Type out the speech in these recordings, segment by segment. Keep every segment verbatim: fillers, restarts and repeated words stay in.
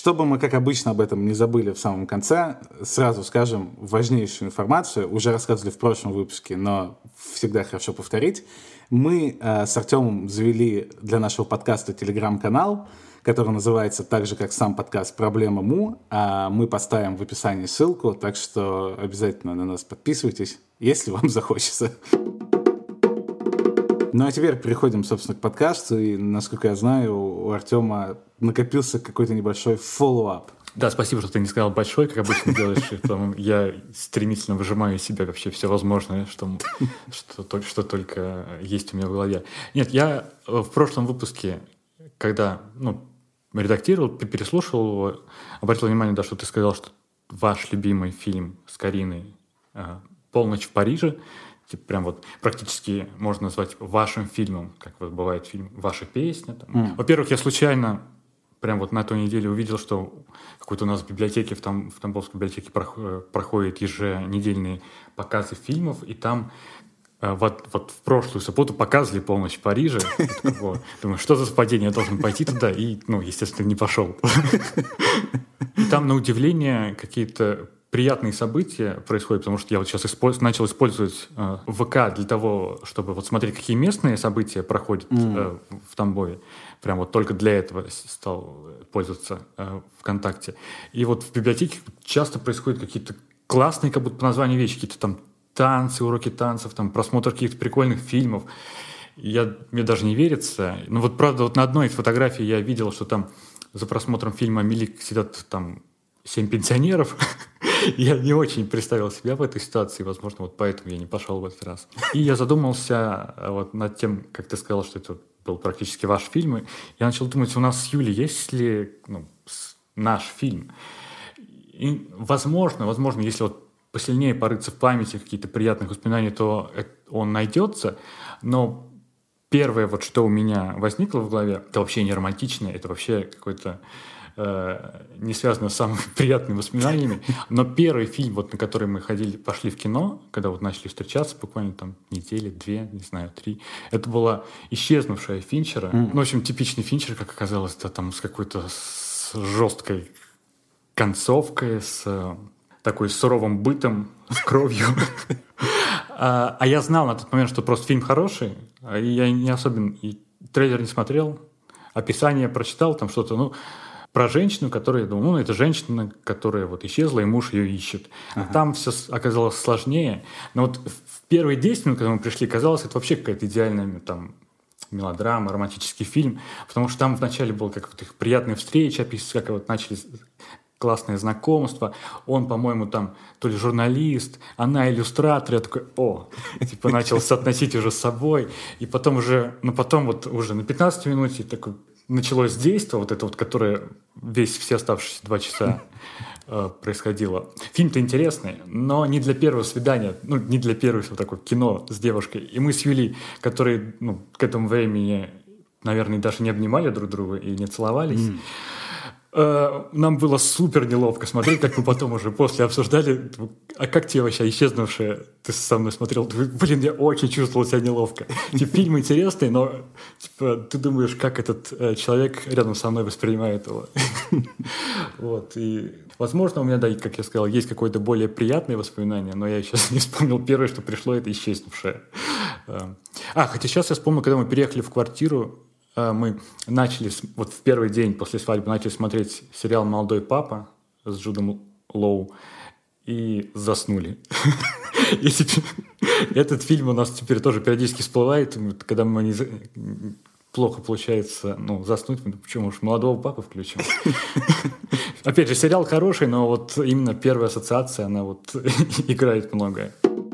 чтобы мы, как обычно, об этом не забыли в самом конце, сразу скажем важнейшую информацию. Уже рассказывали в прошлом выпуске, но всегда хорошо повторить. Мы э, с Артемом завели для нашего подкаста телеграм-канал, который называется так же, как сам подкаст «Проблема Му». А мы поставим в описании ссылку, так что обязательно на нас подписывайтесь, если вам захочется. Ну а теперь переходим, собственно, к подкасту. И, насколько я знаю, у Артема накопился какой-то небольшой фоллоуап. Да, спасибо, что ты не сказал большой, как обычно делаешь. Я стремительно выжимаю из себя вообще все возможное, что, что, что только есть у меня в голове. Нет, я в прошлом выпуске, когда ну, редактировал, переслушал его, обратил внимание, да, что ты сказал, что ваш любимый фильм с Кариной «Полночь в Париже», типа прям вот практически можно назвать вашим фильмом, как вот бывает фильм «Ваша песня». Там. Mm. Во-первых, я случайно прям вот на той неделе увидел, что какой-то у нас в библиотеке, в, Там, в Тамбовской библиотеке проходят еженедельные показы фильмов, и там э, вот, вот в прошлую субботу показывали «Полночь в Париже». Думаю, что за совпадение, я должен пойти туда, и, ну, естественно, не пошел. И там, на удивление, какие-то приятные события происходят, потому что я вот сейчас использ... начал использовать э, ВК для того, чтобы вот смотреть, какие местные события проходят э, в Тамбове. Прям вот только для этого стал пользоваться э, ВКонтакте. И вот в библиотеке часто происходят какие-то классные, как будто по названию вещи, какие-то там танцы, уроки танцев, там просмотр каких-то прикольных фильмов. Я... Мне даже не верится. Но вот правда, вот на одной из фотографий я видел, что там за просмотром фильма «Милик» сидят там семь пенсионеров. Я не очень представил себя в этой ситуации, возможно, вот поэтому я не пошел в этот раз. И я задумался вот над тем, как ты сказал, что это был практически ваш фильм. Я начал думать, у нас с Юлей есть ли ну, наш фильм? И, возможно, возможно, если вот посильнее порыться в памяти, какие-то приятные воспоминания, то он найдется. Но первое, вот, что у меня возникло в голове, это вообще не романтичное, это вообще какой-то не связано с самыми приятными воспоминаниями, но первый фильм, вот, на который мы ходили, пошли в кино, когда вот начали встречаться, буквально там недели, две, не знаю, три, это была «Исчезнувшая» Финчера. Mm. Ну, в общем, типичный Финчер, как оказалось, да, там с какой-то с жесткой концовкой, с такой суровым бытом, с кровью. А я знал на тот момент, что просто фильм хороший, и я не особенно и трейлер не смотрел, описание прочитал, там что-то, ну, про женщину, которая, я думал, ну, это женщина, которая вот исчезла, и муж ее ищет. Ага. Там все оказалось сложнее. Но вот в первые десять минут, когда мы пришли, казалось, это вообще какая-то идеальная там мелодрама, романтический фильм, потому что там вначале была как-то их приятная встреча, описывается, как вот начали классное знакомство. Он, по-моему, там то ли журналист, она иллюстратор. Я такой, о, типа начал соотносить уже с собой. И потом уже, ну потом вот уже на пятнадцатой минуте такой началось действие, вот это вот, которое весь все оставшиеся два часа э, происходило. Фильм-то интересный, но не для первого свидания, ну, не для первого вот такого кино с девушкой. И мы с Юлей, которые ну, к этому времени, наверное, даже не обнимали друг друга и не целовались, mm. э, нам было супер неловко смотреть, как мы потом уже после обсуждали, а как тебе вообще «Исчезнувшая»? Ты со мной смотрел, блин, я очень чувствовал себя неловко. Типа, фильм интересный, но типа, ты думаешь, как этот э, человек рядом со мной воспринимает его. Вот, и, возможно, у меня, да, как я сказал, есть какое-то более приятное воспоминание, но я сейчас не вспомнил. Первое, что пришло, это «Исчезнувшая». А, хотя сейчас я вспомнил, когда мы переехали в квартиру, мы начали, вот в первый день после свадьбы начали смотреть сериал «Молодой папа» с Джудом Лоу и заснули. И теперь, этот фильм у нас теперь тоже периодически всплывает, когда мы не, плохо получается ну, заснуть, мы, почему уж «Молодого папу» включим. Опять же, сериал хороший, но вот именно первая ассоциация, она вот играет многое.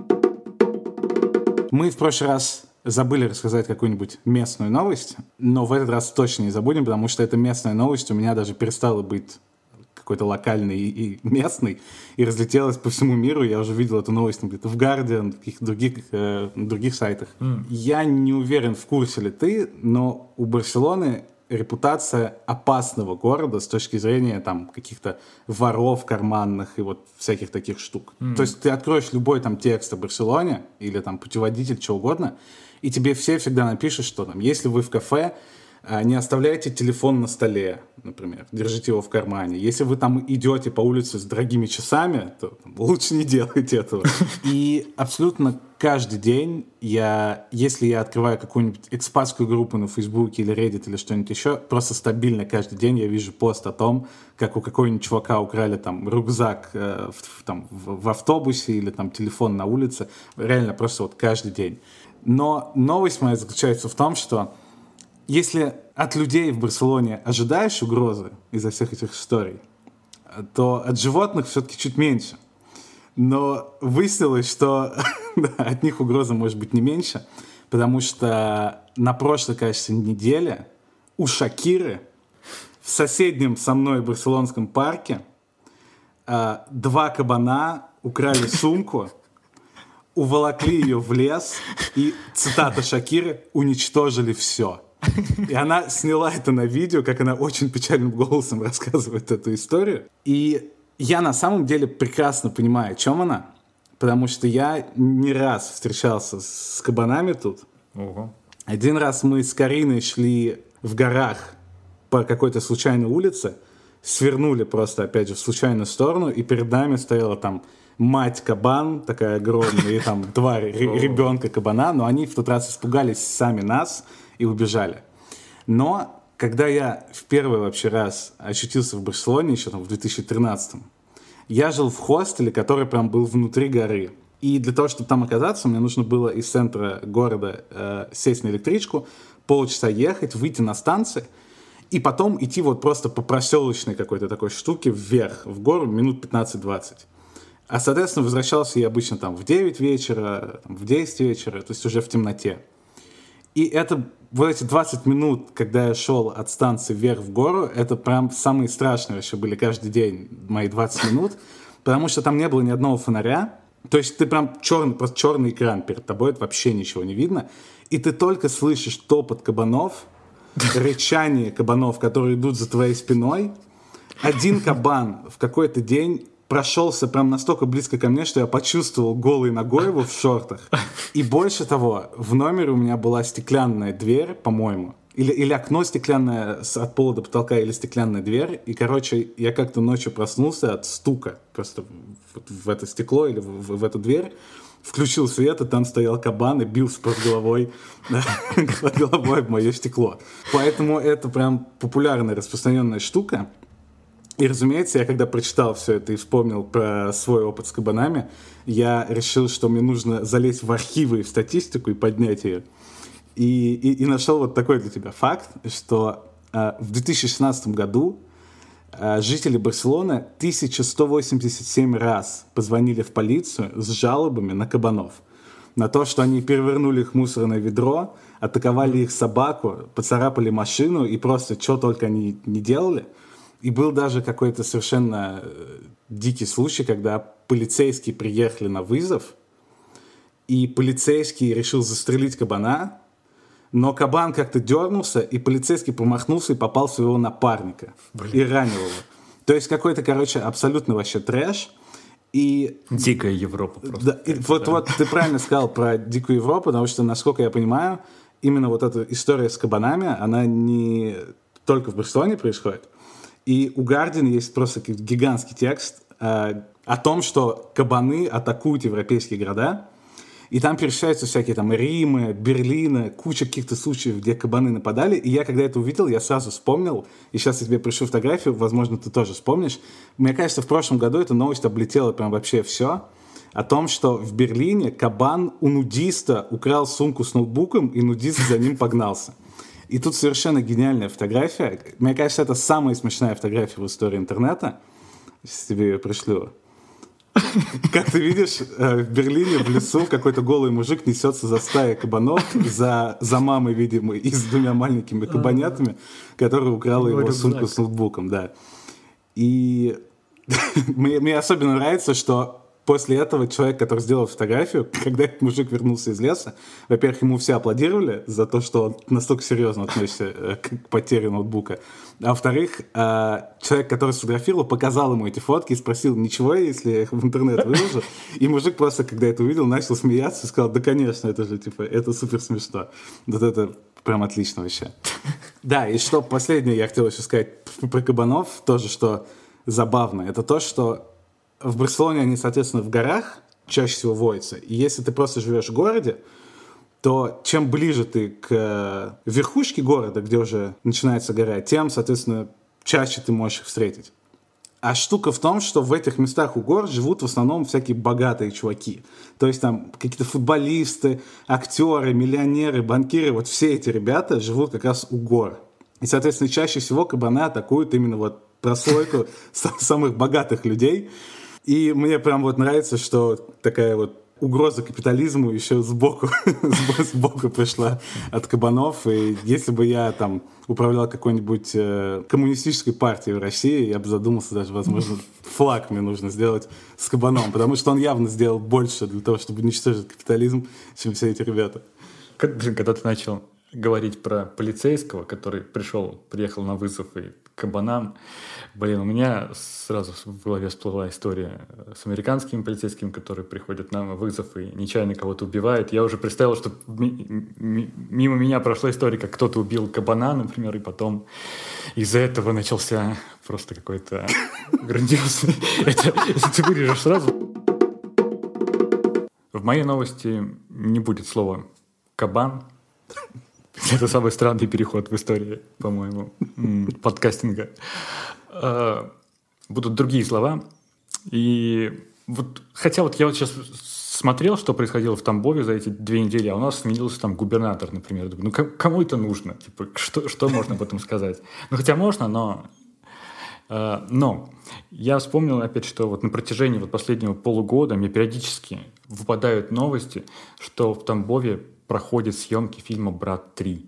Мы в прошлый раз забыли рассказать какую-нибудь местную новость, но в этот раз точно не забудем, потому что эта местная новость у меня даже перестала быть какой-то локальный и местный, и разлетелась по всему миру. Я уже видел эту новость там, где-то в Guardian, в каких-то других, э, других сайтах. Mm. Я не уверен, в курсе ли ты, но у Барселоны репутация опасного города с точки зрения там, каких-то воров карманных и вот всяких таких штук. Mm. То есть ты откроешь любой там текст о Барселоне или там путеводитель, чего угодно, и тебе все всегда напишут, что там, если вы в кафе Не оставляйте телефон на столе, например, держите его в кармане. Если вы там идете по улице с дорогими часами, то лучше не делайте этого. И абсолютно каждый день я, если я открываю какую-нибудь экспатскую группу на Фейсбуке или Reddit или что-нибудь еще, просто стабильно каждый день я вижу пост о том, как у какого-нибудь чувака украли там рюкзак э, в, там, в, в автобусе или там телефон на улице. Реально просто вот каждый день. Но новость моя заключается в том, что если от людей в Барселоне ожидаешь угрозы из-за всех этих историй, то от животных все-таки чуть меньше. Но выяснилось, что от них угроза может быть не меньше, потому что на прошлой, кажется, неделе у Шакиры в соседнем со мной барселонском парке два кабана украли сумку, уволокли ее в лес и, цитата Шакиры, уничтожили все. И она сняла это на видео, как она очень печальным голосом рассказывает эту историю. И я на самом деле прекрасно понимаю, о чем она, потому что я не раз встречался с кабанами тут. Ого. Один раз мы с Кариной шли в горах по какой-то случайной улице, свернули просто, опять же, в случайную сторону, и перед нами стояла там мать-кабан, такая огромная, и там два ребенка-кабана, но они в тот раз испугались сами нас и убежали. Но когда я в первый вообще раз очутился в Барселоне, еще там в две тысячи тринадцатом, я жил в хостеле, который прям был внутри горы. И для того, чтобы там оказаться, мне нужно было из центра города э, сесть на электричку, полчаса ехать, выйти на станцию, и потом идти вот просто по проселочной какой-то такой штуке вверх, в гору, минут пятнадцать-двадцать. А, соответственно, возвращался я обычно там в девять вечера, там, в десять вечера, то есть уже в темноте. И это, вот эти двадцать минут, когда я шел от станции вверх в гору, это прям самые страшные вообще были каждый день мои двадцать минут, потому что там не было ни одного фонаря. То есть ты прям черный, просто черный экран перед тобой, это вообще ничего не видно. И ты только слышишь топот кабанов, рычание кабанов, которые идут за твоей спиной. Один кабан в какой-то день прошелся прям настолько близко ко мне, что я почувствовал голой ногой его в шортах. И больше того, в номере у меня была стеклянная дверь, по-моему, или, или окно стеклянное от пола до потолка, или стеклянная дверь. И, короче, я как-то ночью проснулся от стука просто в, в это стекло или в, в, в эту дверь. Включил свет, и там стоял кабан и бился просто головой, головой в мое стекло. Поэтому это прям популярная, распространенная штука. И, разумеется, я когда прочитал все это и вспомнил про свой опыт с кабанами, я решил, что мне нужно залезть в архивы и в статистику и поднять ее. И, и, и нашел вот такой для тебя факт, что э, в две тысячи шестнадцатом году э, жители Барселоны тысяча сто восемьдесят семь раз позвонили в полицию с жалобами на кабанов. На то, что они перевернули их мусорное ведро, атаковали их собаку, поцарапали машину и просто что только они не делали. И был даже какой-то совершенно дикий случай, когда полицейские приехали на вызов, и полицейский решил застрелить кабана, но кабан как-то дернулся, и полицейский промахнулся и попал в своего напарника. Блин. И ранил его. То есть какой-то, короче, абсолютно вообще трэш. И... Дикая Европа просто. Да, и вот, вот ты правильно сказал про дикую Европу, потому что, насколько я понимаю, именно вот эта история с кабанами, она не только в Барселоне происходит. И у Guardian есть просто гигантский текст э, о том, что кабаны атакуют европейские города. И там перечисляются всякие там Римы, Берлины, куча каких-то случаев, где кабаны нападали. И я, когда это увидел, я сразу вспомнил, и сейчас я тебе пришлю фотографию, возможно, ты тоже вспомнишь. Мне кажется, в прошлом году эта новость облетела прям вообще все. О том, что в Берлине кабан у нудиста украл сумку с ноутбуком, и нудист за ним погнался. И тут совершенно гениальная фотография. Мне кажется, это самая смешная фотография в истории интернета. Сейчас тебе ее пришлю. Как ты видишь, в Берлине в лесу какой-то голый мужик несется за стаей кабанов, за, за мамой, видимо, и с двумя маленькими кабанятами, которая украла его сумку с ноутбуком. Да. И мне, мне особенно нравится, что после этого человек, который сделал фотографию, когда этот мужик вернулся из леса, во-первых, ему все аплодировали за то, что он настолько серьезно относится к потере ноутбука. А во-вторых, человек, который сфотографировал, показал ему эти фотки и спросил, ничего, если я их в интернет выложу. И мужик просто, когда это увидел, начал смеяться и сказал, да, конечно, это же, типа, это супер смешно. Вот это Прям отлично вообще. Да, и что последнее я хотел еще сказать про кабанов, тоже что забавно, это то, что в Барселоне они, соответственно, в горах чаще всего водятся. И если ты просто живешь в городе, то чем ближе ты к верхушке города, где уже начинается гора, тем, соответственно, чаще ты можешь их встретить. А штука в том, что в этих местах у гор живут в основном всякие богатые чуваки. То есть там какие-то футболисты, актеры, миллионеры, банкиры. Вот все эти ребята живут как раз у гор. И, соответственно, чаще всего кабаны атакуют именно вот прослойку самых богатых людей. И мне прям вот нравится, что такая вот угроза капитализму еще сбоку, сбоку пришла от кабанов. И если бы я там управлял какой-нибудь э, коммунистической партией в России, я бы задумался даже, возможно, флаг мне нужно сделать с кабаном, потому что он явно сделал больше для того, чтобы уничтожить капитализм, чем все эти ребята. Когда ты начал говорить про полицейского, который пришел, приехал на вызов и к кабанам, блин, у меня сразу в голове всплыла история с американскими полицейскими, которые приходят на вызов и нечаянно кого-то убивают. Я уже представил, что мимо меня прошла история, как кто-то убил кабана, например, и потом из-за этого начался просто какой-то грандиозный... Это ты вырежешь сразу. В моей новости не будет слова «кабан». Это самый странный переход в истории, по-моему, подкастинга. Будут другие слова. И вот, хотя вот я вот сейчас смотрел, что происходило в Тамбове за эти две недели, а у нас сменился там губернатор, например. Думаю, ну кому это нужно? Типа, что, что можно об этом сказать? Ну, хотя можно, но... Но я вспомнил опять, что вот на протяжении вот последнего полугода мне периодически выпадают новости, что в Тамбове проходят съемки фильма «Брат три».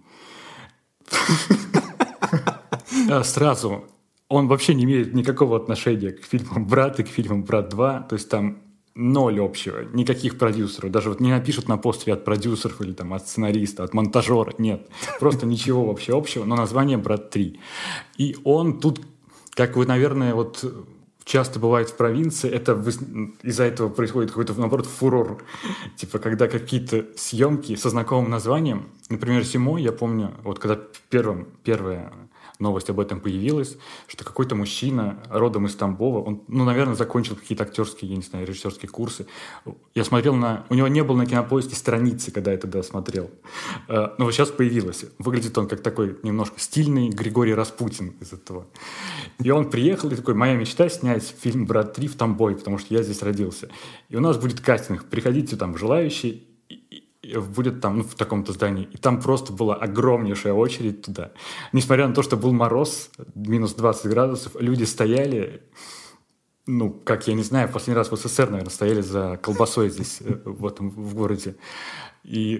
Сразу, он вообще не имеет никакого отношения к фильмам «Брат» и к фильмам «Брат два». То есть там ноль общего, никаких продюсеров. Даже вот не напишут на постере от продюсеров или там от сценариста, от монтажера. Нет, просто ничего вообще общего, но название «Брат три». И он тут, как вы, наверное, вот... часто бывает в провинции, это из-за этого происходит какой-то, наоборот, фурор. Типа, когда какие-то съемки со знакомым названием, например, зимой, я помню, вот когда первым, первая новость об этом появилась, что какой-то мужчина родом из Тамбова, он, ну, наверное, закончил какие-то актерские, я не знаю, режиссерские курсы. Я смотрел на... У него не было на Кинопоиске страницы, когда я тогда смотрел. Но вот сейчас появилось. Выглядит он как такой немножко стильный Григорий Распутин из этого. И он приехал и такой: моя мечта — снять фильм «Брат три» в Тамбове, потому что я здесь родился. И у нас будет кастинг. Приходите там желающие, будет там, ну, в таком-то здании. И там просто была огромнейшая очередь туда. Несмотря на то, что был мороз, минус двадцать градусов, люди стояли, ну, как я не знаю, последний раз в СССР, наверное, стояли за колбасой здесь, в этом, в городе. И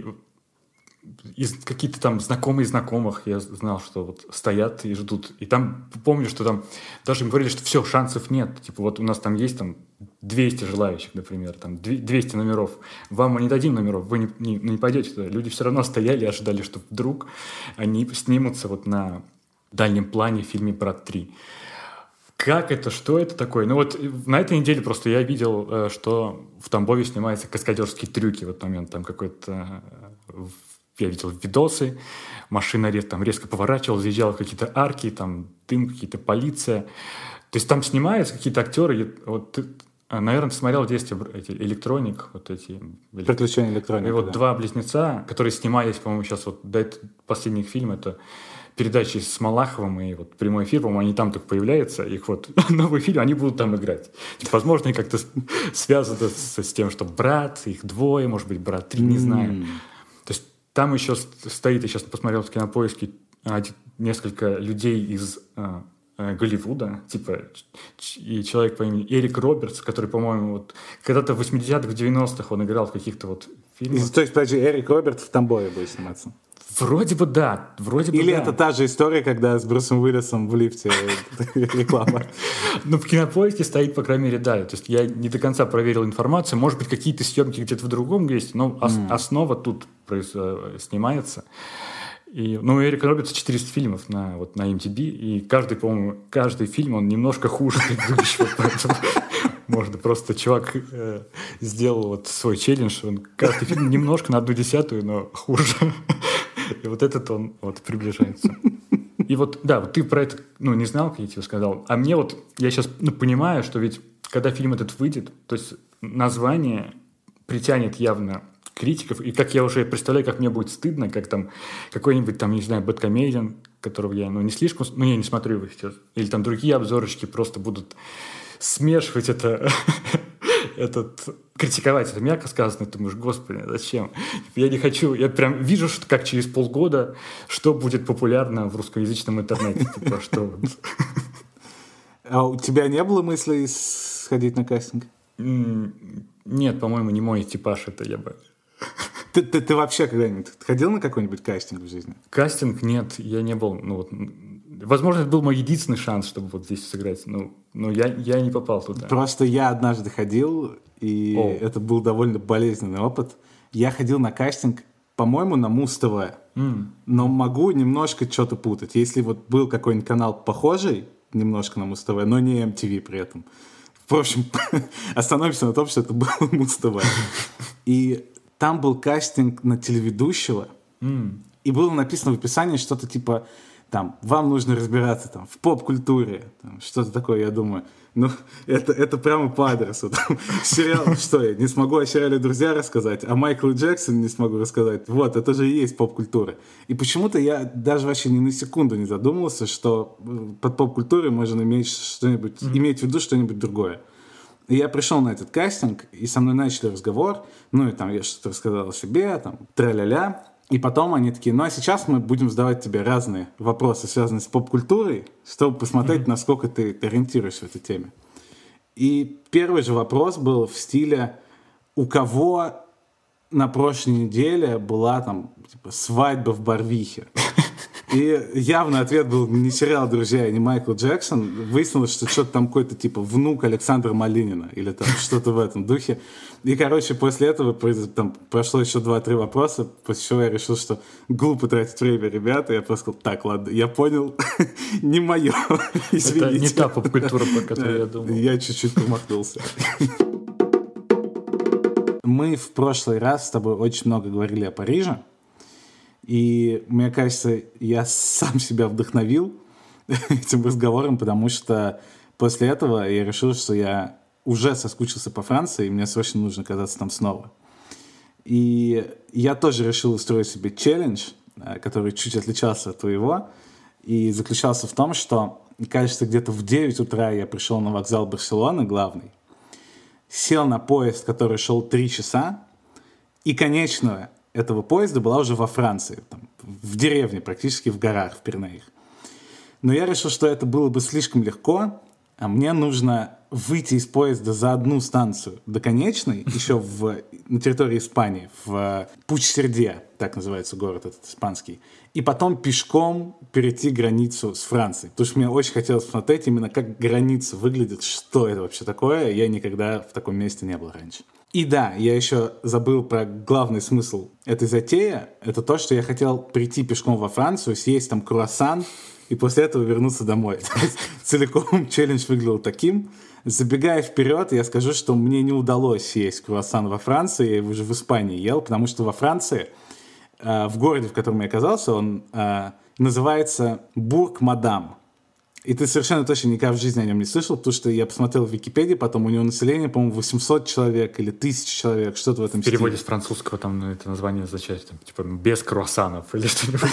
из какие-то там знакомые знакомых я знал, что вот стоят и ждут. И там помню, что там даже им говорили, что все, шансов нет. Типа вот у нас там есть там двести желающих, например, там двести номеров. Вам мы не дадим номеров, вы не, не, не пойдете туда. Люди все равно стояли и ожидали, что вдруг они снимутся вот на дальнем плане в фильме «Брат три». Как это? Что это такое? Ну вот на этой неделе просто я видел, что в Тамбове снимаются каскадерские трюки в этот момент. Там какой-то... Я видел видосы, машина там резко поворачивала, заезжала в какие-то арки, там дым, какие-то полиция. То есть там снимаются какие-то актеры. Вот ты, наверное, ты смотрел в детстве эти «Электроник», вот эти... «Приключения электроники», и вот да. Два близнеца, которые снимались, по-моему, сейчас вот до этого последних фильма, это передачи с Малаховым и вот прямой эфир, по-моему, они там только появляются, их вот новый фильм, они будут там играть. Типа, возможно, как-то связано с, с тем, что брат, их двое, может быть, брат три, не знаю. Mm. То есть там еще стоит, я сейчас посмотрел в Кинопоиске, несколько людей из э, э, Голливуда, типа, и человек по имени Эрик Робертс, который, по-моему, вот когда-то в восьмидесятых, в девяностых он играл в каких-то вот фильмах. То есть, подожди, Эрик Робертс в Тамбове будет сниматься? Вроде бы да, вроде бы Или да. это та же история, когда с Брюсом Уиллисом в лифте реклама? Ну, в Кинопоиске стоит, по крайней мере, да. То есть я не до конца проверил информацию. Может быть, какие-то съемки где-то в другом месте, но mm. основа тут снимается. И, ну, у Эрика Робертса четыреста фильмов на, вот, на эм ди би, и каждый, по-моему, каждый фильм, он немножко хуже предыдущего, поэтому можно просто... Чувак э, сделал вот свой челлендж, он каждый фильм немножко на одну десятую, но хуже. И вот этот он вот приближается. И вот, да, вот ты про это, ну, не знал, как я тебе сказал. А мне вот, я сейчас ну, понимаю, что ведь, когда фильм этот выйдет, то есть название притянет явно критиков. И как я уже представляю, как мне будет стыдно, как там какой-нибудь там, не знаю, Бэдкомедиан, которого я, ну, не слишком, ну, я не смотрю его сейчас. Или там другие обзорочки просто будут смешивать это, этот, критиковать это, мягко сказано. Ты думаешь, господи, зачем? Я не хочу, я прям вижу, что как через полгода, что будет популярно в русскоязычном интернете. Типа, что вот. А у тебя не было мыслей сходить на кастинг? Нет, по-моему, не мой типаж это, я бы... Ты, ты, ты вообще когда-нибудь ходил на какой-нибудь кастинг в жизни? Кастинг? Нет, я не был. Ну, вот, возможно, это был мой единственный шанс, чтобы вот здесь сыграть. Но, но я, я не попал туда. Просто я однажды ходил, и О. это был довольно болезненный опыт. Я ходил на кастинг, по-моему, на Муз-ТВ. Mm. Но могу немножко что-то путать. Если вот был какой-нибудь канал похожий немножко на Муз-ТВ, но не эм ти ви при этом. В общем, остановимся на том, что это был Муз-ТВ. И там был кастинг на телеведущего, mm. и было написано в описании что-то типа, там, вам нужно разбираться там, в поп-культуре, там, что-то такое, я думаю, ну, это, это прямо по адресу. Там, сериал, что я, не смогу о сериале «Друзья» рассказать, а Майкл Джексон не смогу рассказать. Вот, это же и есть поп-культура. И почему-то я даже вообще ни на секунду не задумывался, что под поп-культурой можно иметь что-нибудь, mm-hmm. иметь в виду что-нибудь другое. И я пришел на этот кастинг, и со мной начали разговор, ну и там я что-то рассказал о себе, там, тра-ля-ля. И потом они такие, ну а сейчас мы будем задавать тебе разные вопросы, связанные с поп-культурой, чтобы посмотреть, mm-hmm. насколько ты ориентируешься в этой теме. И первый же вопрос был в стиле, у кого на прошлой неделе была там типа свадьба в Барвихе? И явно ответ был не сериал «Друзья», не Майкл Джексон. Выяснилось, что что-то там какой-то типа внук Александра Малинина или там что-то в этом духе. И, короче, после этого там прошло еще два-три вопроса, после чего я решил, что глупо тратить время, ребята. Я просто сказал, так, ладно, я понял, не мое, извините. Это не та поп-культура, по которой я думал. Я чуть-чуть промахнулся. Мы в прошлый раз с тобой очень много говорили о Париже. И мне кажется, я сам себя вдохновил этим разговором, потому что после этого я решил, что я уже соскучился по Франции, и мне срочно нужно оказаться там снова. И я тоже решил устроить себе челлендж, который чуть отличался от твоего, и заключался в том, что, кажется, где-то в девять утра я пришел на вокзал Барселоны, главный, сел на поезд, который шел три часа, и конечного этого поезда была уже во Франции, там, в деревне, практически в горах, в Пиренеях. Но я решил, что это было бы слишком легко, а мне нужно выйти из поезда за одну станцию до конечной, еще в, на территории Испании, в Пуч-Сердье, так называется город этот испанский, и потом пешком перейти границу с Францией. Потому что мне очень хотелось посмотреть именно, как граница выглядит, что это вообще такое. Я никогда в таком месте не был раньше. И да, я еще забыл про главный смысл этой затеи. Это то, что я хотел прийти пешком во Францию, съесть там круассан и после этого вернуться домой. Целиком челлендж выглядел таким. Забегая вперед, я скажу, что мне не удалось съесть круассан во Франции. Я его уже в Испании ел, потому что во Франции, в городе, в котором я оказался, он называется Бург-Мадам. И ты совершенно точно никогда в жизни о нем не слышал, потому что я посмотрел в Википедии, потом у него население, по-моему, восемьсот человек или тысяча человек, что-то в этом стиле. В переводе с французского там это название означает, там, типа, без круассанов или что-нибудь.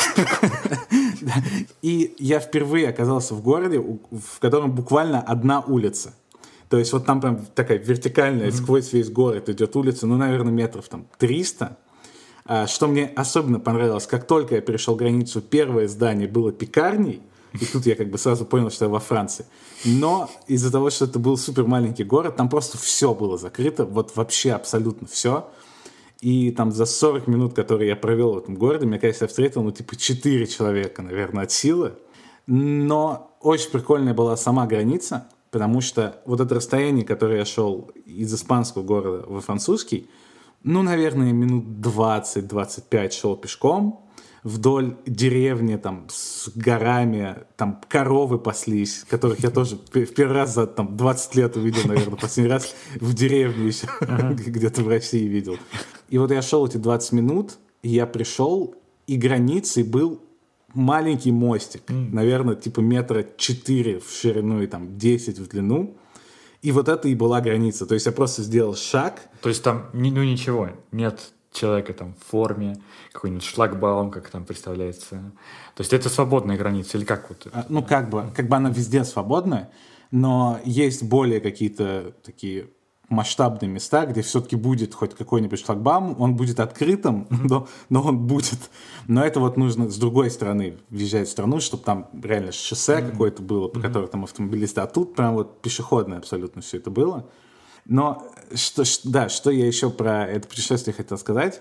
И я впервые оказался в городе, в котором буквально одна улица. То есть вот там прям такая вертикальная, сквозь весь город идет улица, ну, наверное, метров там триста. Что мне особенно понравилось, как только я перешел границу, первое здание было пекарней, и тут я как бы сразу понял, что я во Франции. Но из-за того, что это был супер маленький город, там просто все было закрыто, вот вообще абсолютно все. И там за сорок минут, которые я провел в этом городе, мне, кажется, я встретил, ну, типа, четыре человека, наверное, от силы. Но очень прикольная была сама граница, потому что вот это расстояние, которое я шел из испанского города во французский, ну, наверное, минут двадцать-двадцать пять шел пешком, вдоль деревни, там, с горами, там, коровы паслись, которых я тоже в первый раз за, там, двадцать лет увидел, наверное, последний раз в деревне еще, uh-huh. где-то в России видел. И вот я шел эти двадцать минут, и я пришел, и границей был маленький мостик, mm. наверное, типа метра четыре в ширину и там десять в длину. И вот это и была граница. То есть я просто сделал шаг. То есть там ну ничего, нет человека там в форме, какой-нибудь шлагбаум, как там представляется. То есть это свободная граница или как вот? А, ну как бы, как бы она везде свободная, но есть более какие-то такие масштабные места, где все-таки будет хоть какой-нибудь шлагбаум, он будет открытым, mm-hmm. но, но он будет. Но это вот нужно с другой стороны въезжать в страну, чтобы там реально шоссе mm-hmm. какое-то было, по mm-hmm. которому там автомобилисты, а тут прям вот пешеходное абсолютно все это было. Но что, да, что я еще про это путешествие хотел сказать.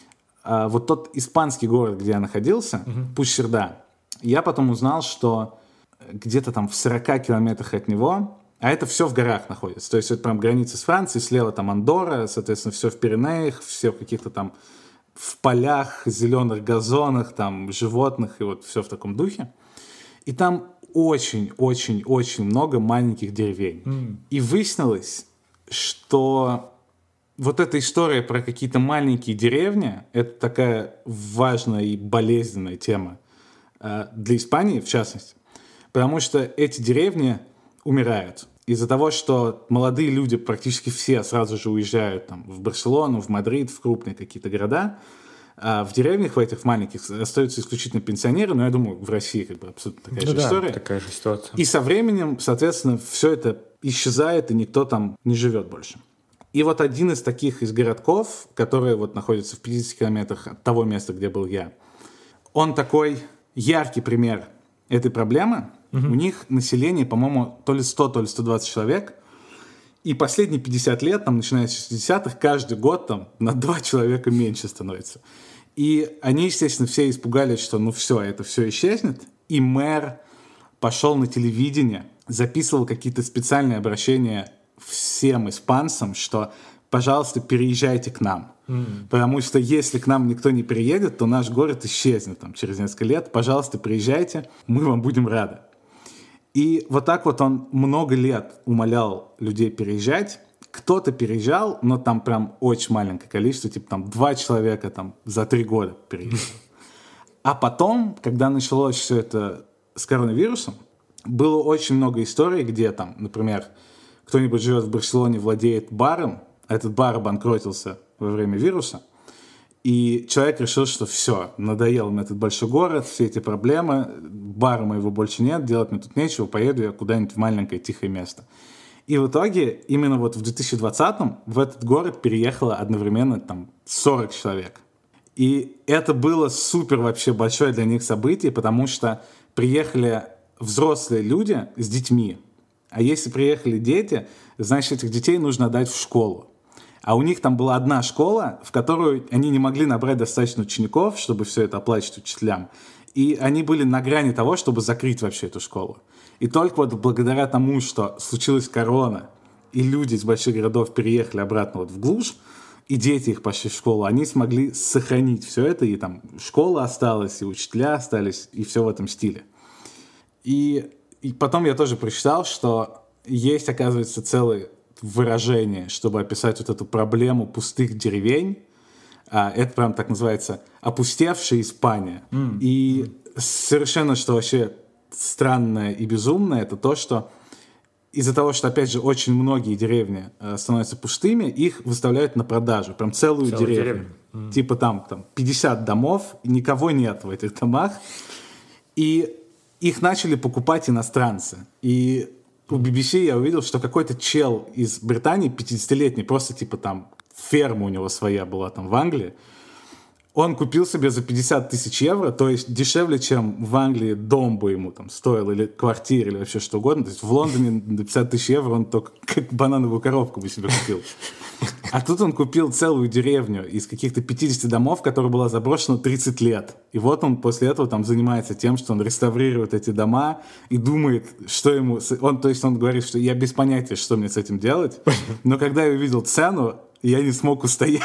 А, вот тот испанский город, где я находился, mm-hmm. Пуш-Серда, я потом узнал, что где-то там в сорока километрах от него, а это все в горах находится. То есть это прям граница с Францией, слева там Андорра, соответственно, все в Пиренеях, все в каких-то там в полях, зеленых газонах, там животных, и вот все в таком духе. И там очень-очень-очень много маленьких деревень. Mm. И выяснилось, что вот эта история про какие-то маленькие деревни, это такая важная и болезненная тема для Испании, в частности. Потому что эти деревни умирают. Из-за того, что молодые люди практически все сразу же уезжают там, в Барселону, в Мадрид, в крупные какие-то города, а в деревнях, в этих маленьких, остаются исключительно пенсионеры, но я думаю, в России как бы абсолютно такая ну же да, история. Такая же ситуация. И со временем, соответственно, все это исчезает, и никто там не живет больше. И вот один из таких из городков, который вот находится в пятидесяти километрах от того места, где был я, он такой яркий пример этой проблемы. Угу. У них население, по-моему, то ли сто, то ли сто двадцать человек. И последние пятьдесят лет, там, начиная с шестидесятых, каждый год там на два человека меньше становится. И они, естественно, все испугались, что ну все, это все исчезнет. И мэр пошел на телевидение, записывал какие-то специальные обращения всем испанцам, что, пожалуйста, переезжайте к нам. Mm. Потому что если к нам никто не приедет, то наш город исчезнет там, через несколько лет. Пожалуйста, приезжайте, мы вам будем рады. И вот так вот он много лет умолял людей переезжать. Кто-то переезжал, но там прям очень маленькое количество, типа там два человека там за три года переехали. А потом, когда началось все это с коронавирусом, было очень много историй, где там, например, кто-нибудь живет в Барселоне, владеет баром, а этот бар обанкротился во время вируса, и человек решил, что все, надоел мне этот большой город, все эти проблемы, бара моего больше нет, делать мне тут нечего, поеду я куда-нибудь в маленькое тихое место. И в итоге именно вот в две тысячи двадцатом в этот город переехало одновременно там сорок человек. И это было супер вообще большое для них событие, потому что приехали взрослые люди с детьми. А если приехали дети, значит, этих детей нужно отдать в школу. А у них там была одна школа, в которую они не могли набрать достаточно учеников, чтобы все это оплачивать учителям. И они были на грани того, чтобы закрыть вообще эту школу. И только вот благодаря тому, что случилась корона, и люди из больших городов переехали обратно вот в глушь, и дети их пошли в школу, они смогли сохранить все это, и там школа осталась, и учителя остались, и все в этом стиле. И, и потом я тоже прочитал, что есть, оказывается, целое выражение, чтобы описать вот эту проблему пустых деревень. А, это прям так называется «опустевшая Испания». Mm. И совершенно, что вообще странное и безумное, это то, что из-за того, что, опять же, очень многие деревни э, становятся пустыми, их выставляют на продажу, прям целую Целую деревню. деревню. Mm. Типа там, там пятьдесят домов, никого нет в этих домах. И их начали покупать иностранцы. И у би би си я увидел, что какой-то чел из Британии, пятидесятилетний, просто типа там ферма у него своя была там в Англии, он купил себе за пятьдесят тысяч евро, то есть дешевле, чем в Англии дом бы ему там стоил, или квартира, или вообще что угодно. То есть в Лондоне на пятьдесят тысяч евро он только как банановую коробку бы себе купил. А тут он купил целую деревню из каких-то пятидесяти домов, которая была заброшена тридцать лет. И вот он после этого там занимается тем, что он реставрирует эти дома и думает, что ему... Он, то есть он говорит, что я без понятия, что мне с этим делать. Но когда я увидел цену, я не смог устоять.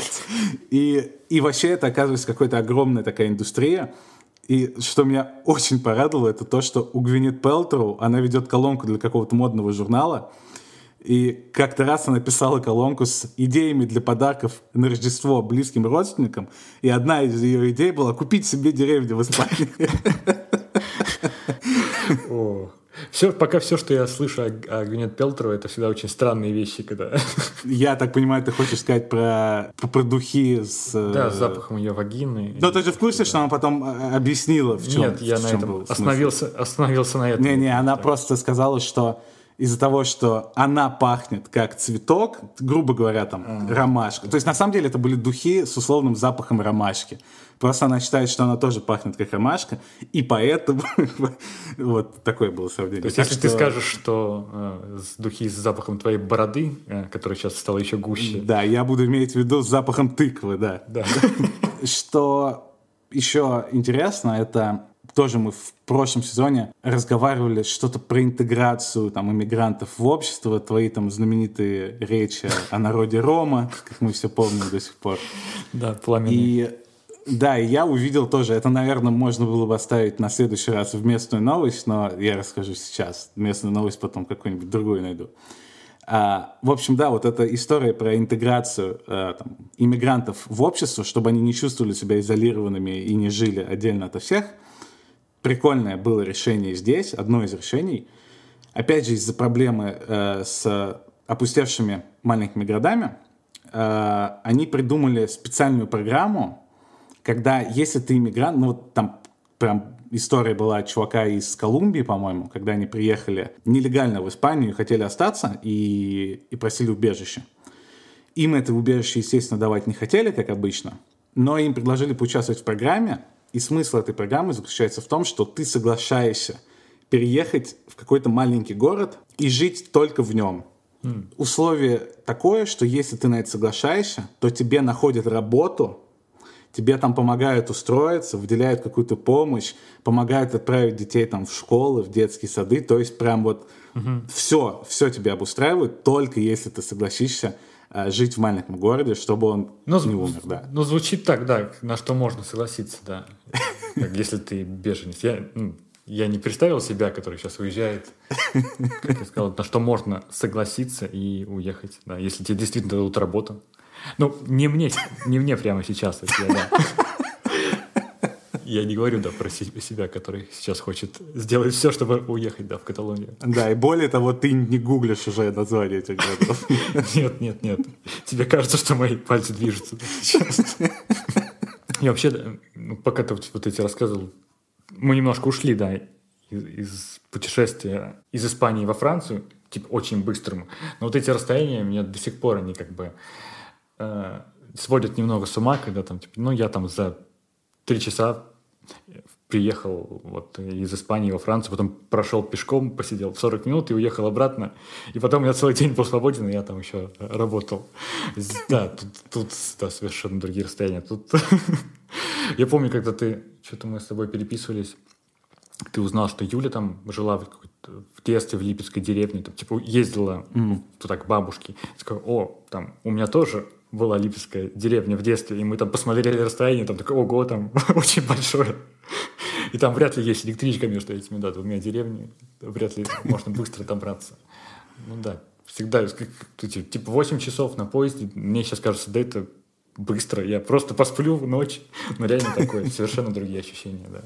И, и вообще это, оказывается, какая-то огромная такая индустрия. И что меня очень порадовало, это то, что у Гвинет Пэлтроу, она ведет колонку для какого-то модного журнала, И как-то раз она писала колонку с идеями для подарков на Рождество близким родственникам. И одна из ее идей была купить себе деревню в Испании. Все, пока все, что я слышу о, о Гвинет Пелтроу, это всегда очень странные вещи, когда... Я так понимаю, ты хочешь сказать про, про духи с... Да, с запахом ее вагины. Но ты же в курсе, да. что она потом объяснила, в чем, Нет, я в на чем этом был остановился, остановился на этом. Не-не, она да. просто сказала, что из-за того, что она пахнет как цветок, грубо говоря, там, а, ромашка. То есть, на самом деле, это были духи с условным запахом ромашки. Просто она считает, что она тоже пахнет как ромашка, и поэтому вот такое было сравнение. То есть, если ты скажешь, что духи с запахом твоей бороды, которая сейчас стала еще гуще... Да, я буду иметь в виду с запахом тыквы, да. Что еще интересно, это... Тоже мы в прошлом сезоне разговаривали что-то про интеграцию там, иммигрантов в общество, твои там знаменитые речи о народе Рома, как мы все помним до сих пор. Да, пламенные. И да, и я увидел тоже, это, наверное, можно было бы оставить на следующий раз в местную новость, но я расскажу сейчас. Местную новость потом какую-нибудь другую найду. А, в общем, да, вот эта история про интеграцию а, там, иммигрантов в общество, чтобы они не чувствовали себя изолированными и не жили отдельно от всех. Прикольное было решение здесь, одно из решений. Опять же, из-за проблемы э, с опустевшими маленькими городами, э, они придумали специальную программу, когда, если ты иммигрант, ну вот там прям история была от чувака из Колумбии, по-моему, когда они приехали нелегально в Испанию и хотели остаться и, и просили убежище. Им это убежище, естественно, давать не хотели, как обычно, но им предложили поучаствовать в программе. И смысл этой программы заключается в том, что ты соглашаешься переехать в какой-то маленький город и жить только в нем. Mm. Условие такое, что если ты на это соглашаешься, то тебе находят работу, тебе там помогают устроиться, выделяют какую-то помощь, помогают отправить детей там в школы, в детские сады. То есть прям вот mm-hmm. все, все тебе обустраивают, только если ты согласишься жить в маленьком городе, чтобы он ну, не умер, да. Ну, звучит так, да, на что можно согласиться, да. Как, если ты беженец. Я, ну, я не представил себя, который сейчас уезжает, как я сказал, на что можно согласиться и уехать, да, если тебе действительно дадут работу. Ну, не мне, не мне прямо сейчас, это я, да. Я не говорю, да, про себя, который сейчас хочет сделать все, чтобы уехать, да, в Каталонию. Да, и более того, ты не гуглишь уже название этих городов. Нет, нет, нет. Тебе кажется, что мои пальцы движутся сейчас. Я вообще, пока ты вот эти рассказывал, мы немножко ушли, да, из, из путешествия из Испании во Францию, типа, очень быстрому. Но вот эти расстояния меня до сих пор, они как бы э, сводят немного с ума, когда там, типа, ну, я там за три часа приехал вот из Испании во Францию, потом прошел пешком, посидел сорок минут и уехал обратно. И потом я целый день был свободен, и я там еще работал. Да, тут, тут да, совершенно другие расстояния. Тут я помню, когда ты, что-то мы с тобой переписывались, ты узнал, что Юля там жила в, в детстве в Липецкой деревне, там, типа ездила mm. туда к бабушке. Я сказал, о, там, у меня тоже была Липецкая деревня в детстве, и мы там посмотрели расстояние, там такое, ого, там очень большое. И там вряд ли есть электричка между этими, да, двумя деревнями. Вряд ли можно быстро добраться. Ну да, всегда, типа восемь часов на поезде, мне сейчас кажется, да это быстро. Я просто посплю в ночь. Но реально такое, совершенно другие ощущения, да.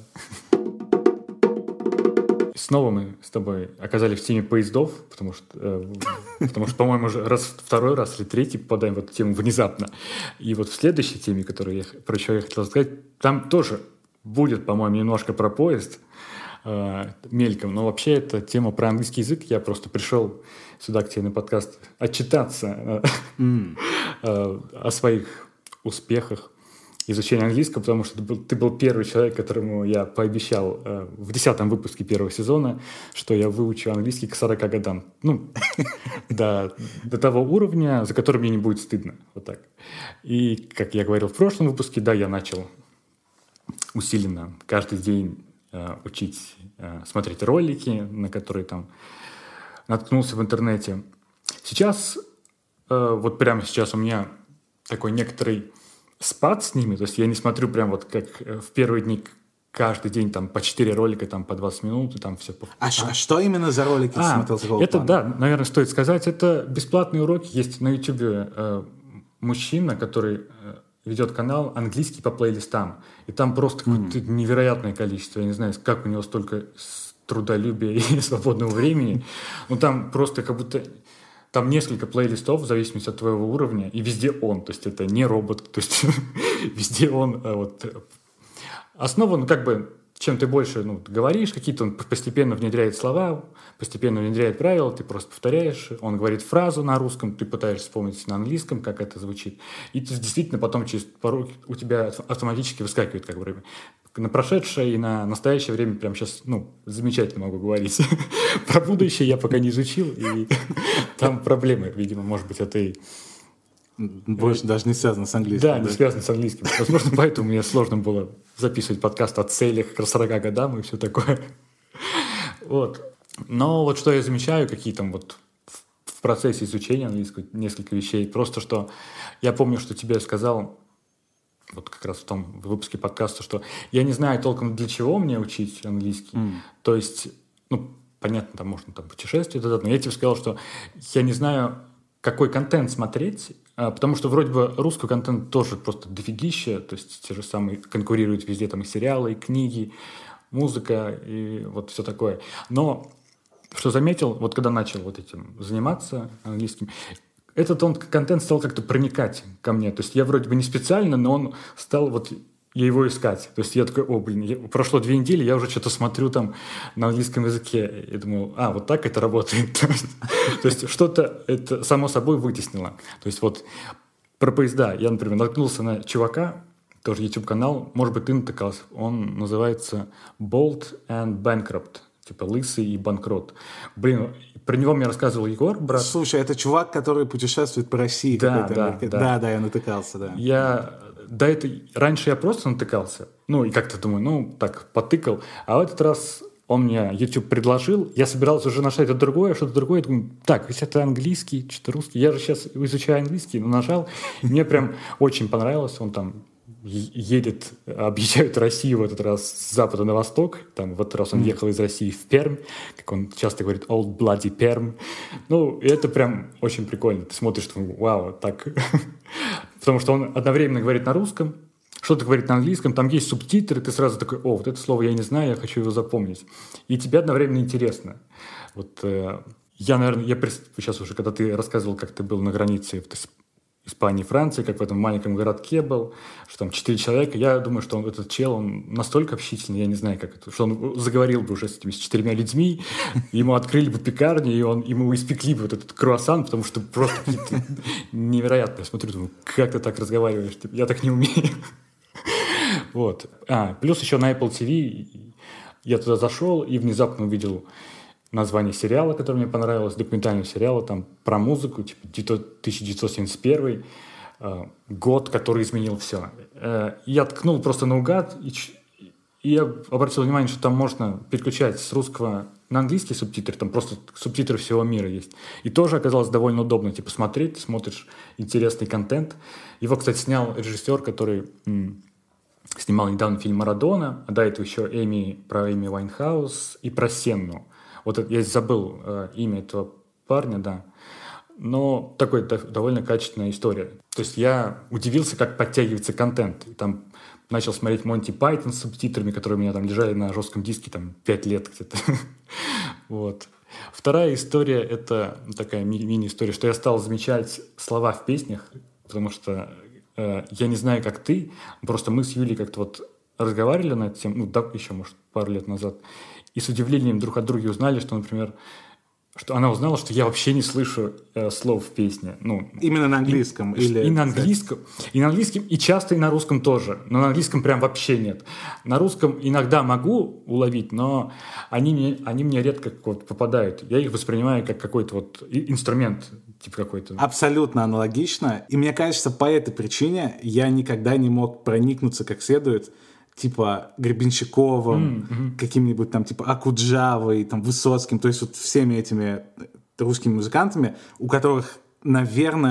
Снова мы с тобой оказались в теме поездов, потому что, э, потому что, по-моему, уже раз, второй раз или третий попадаем в эту тему внезапно. И вот в следующей теме, которую я, про что я хотел сказать, там тоже будет, по-моему, немножко про поезд э, мельком, но вообще это тема про английский язык. Я просто пришел сюда к тебе на подкаст отчитаться э, mm. э, о своих успехах изучения английского, потому что ты был, ты был первый человек, которому я пообещал э, в десятом выпуске первого сезона, что я выучу английский к сорока годам. Ну, до, до того уровня, за который мне не будет стыдно. Вот так. И, как я говорил в прошлом выпуске, да, я начал усиленно каждый день э, учить, э, смотреть ролики, на которые там наткнулся в интернете. Сейчас, э, вот прямо сейчас у меня такой некоторый спад с ними, то есть я не смотрю прям вот как в первые дни каждый день там по четыре ролика, там по двадцать минут, и там все. А, а? Ш- а что именно за ролики ты а, смотрел такого это, плана? Да, наверное, стоит сказать, это бесплатные уроки. Есть на YouTube э, мужчина, который э, ведет канал английский по плейлистам. И там просто mm. какое-то невероятное количество. Я не знаю, как у него столько трудолюбия и свободного времени. Ну, там просто как будто... Там несколько плейлистов в зависимости от твоего уровня, и везде он. То есть это не робот. То есть везде он вот, основан, как бы, чем ты больше ну, говоришь, какие-то он постепенно внедряет слова, постепенно внедряет правила, ты просто повторяешь, он говорит фразу на русском, ты пытаешься вспомнить на английском, как это звучит. И ты действительно потом через пару у тебя автоматически выскакивает как бы на прошедшее и на настоящее время прямо сейчас, ну, замечательно могу говорить. Про будущее я пока не изучил, и там проблемы, видимо, может быть, это и... Больше даже не связано с английским. Да, да, не связано с английским. Возможно, поэтому мне сложно было записывать подкаст о целях к сорока годам и все такое. Вот. Но вот что я замечаю, какие там вот в процессе изучения английского несколько вещей. Просто что я помню, что тебе сказал вот как раз в том выпуске подкаста, что я не знаю толком, для чего мне учить английский. Mm. То есть, ну, понятно, там можно там путешествовать, но я тебе сказал, что я не знаю, какой контент смотреть, потому что вроде бы русский контент тоже просто дофигища, то есть те же самые конкурируют везде там и сериалы, и книги, музыка, и вот все такое. Но что заметил, вот когда начал вот этим заниматься английским, этот он контент стал как-то проникать ко мне. То есть я вроде бы не специально, но он стал вот... Я его искать. То есть я такой, о, блин, я, прошло две недели, я уже что-то смотрю там на английском языке. И думаю, а, вот так это работает. То есть что-то это само собой вытеснило. То есть вот про поезда. Я, например, наткнулся на чувака, тоже YouTube-канал, может быть, ты натыкался. Он называется Bold and Bankrupt. Типа лысый и банкрот. Блин, про него мне рассказывал Егор, брат. Слушай, это чувак, который путешествует по России. Да, да, да. Да, да, я натыкался, да. Я... До этого... Раньше я просто натыкался. Ну, и как-то думаю, ну, так, потыкал. А в этот раз он мне YouTube предложил. Я собирался уже нашать это другое, что-то другое. Я думаю, так, если это английский, что-то русский. Я же сейчас изучаю английский, но нажал. И мне прям очень понравилось. Он там едет, объезжает Россию в этот раз с запада на восток. Там в этот раз он ехал из России в Пермь, как он часто говорит, old bloody Пермь. Ну, и это прям очень прикольно. Ты смотришь, думаешь, вау, так. Потому что он одновременно говорит на русском, что-то говорит на английском, там есть субтитры, ты сразу такой, о, вот это слово я не знаю, я хочу его запомнить. И тебе одновременно интересно. Вот э, я, наверное, я сейчас уже, когда ты рассказывал, как ты был на границе в Испании и Франции, как в этом маленьком городке был, что там четыре человека. Я думаю, что он, этот чел, он настолько общительный, я не знаю, как это, что он заговорил бы уже с этими с четырьмя людьми, ему открыли бы пекарню, и он, ему испекли бы вот этот круассан, потому что просто какие-то невероятные. Я смотрю, думаю, как ты так разговариваешь? Я так не умею. Вот. А, плюс еще на Apple ти ви я туда зашел и внезапно увидел название сериала, который мне понравилось, документального сериала, там, про музыку, типа тысяча девятьсот семьдесят первый, э, год, который изменил все. Э, я ткнул просто наугад, и, и я обратил внимание, что там можно переключать с русского на английский субтитры, там просто субтитры всего мира есть. И тоже оказалось довольно удобно, типа, смотреть, ты смотришь интересный контент. Его, кстати, снял режиссер, который м- снимал недавно фильм «Марадона», а до этого еще Эми, про Эми Уайнхаус и про Сенну. Вот это, я забыл э, имя этого парня, да. Но такой да, довольно качественная история. То есть я удивился, как подтягивается контент. И там начал смотреть Монти Пайтон с субтитрами, которые у меня там лежали на жестком диске там пять лет где-то. Вот. Вторая история — это такая ми- мини-история, что я стал замечать слова в песнях, потому что э, я не знаю, как ты, просто мы с Юлей как-то вот разговаривали на эту тему, ну, да, еще, может, пару лет назад, и с удивлением друг от друга узнали, что, например, что она узнала, что я вообще не слышу э, слов в песне. Ну, именно на английском? И, или... и на английском, и на английском, и часто и на русском тоже. Но на английском прям вообще нет. На русском иногда могу уловить, но они мне, они мне редко вот попадают. Я их воспринимаю как какой-то вот инструмент, типа какой-то. Абсолютно аналогично. И мне кажется, по этой причине я никогда не мог проникнуться как следует типа Гребенщиковым, mm-hmm. каким-нибудь там типа Акуджавой, там Высоцким, то есть вот всеми этими русскими музыкантами, у которых, наверное,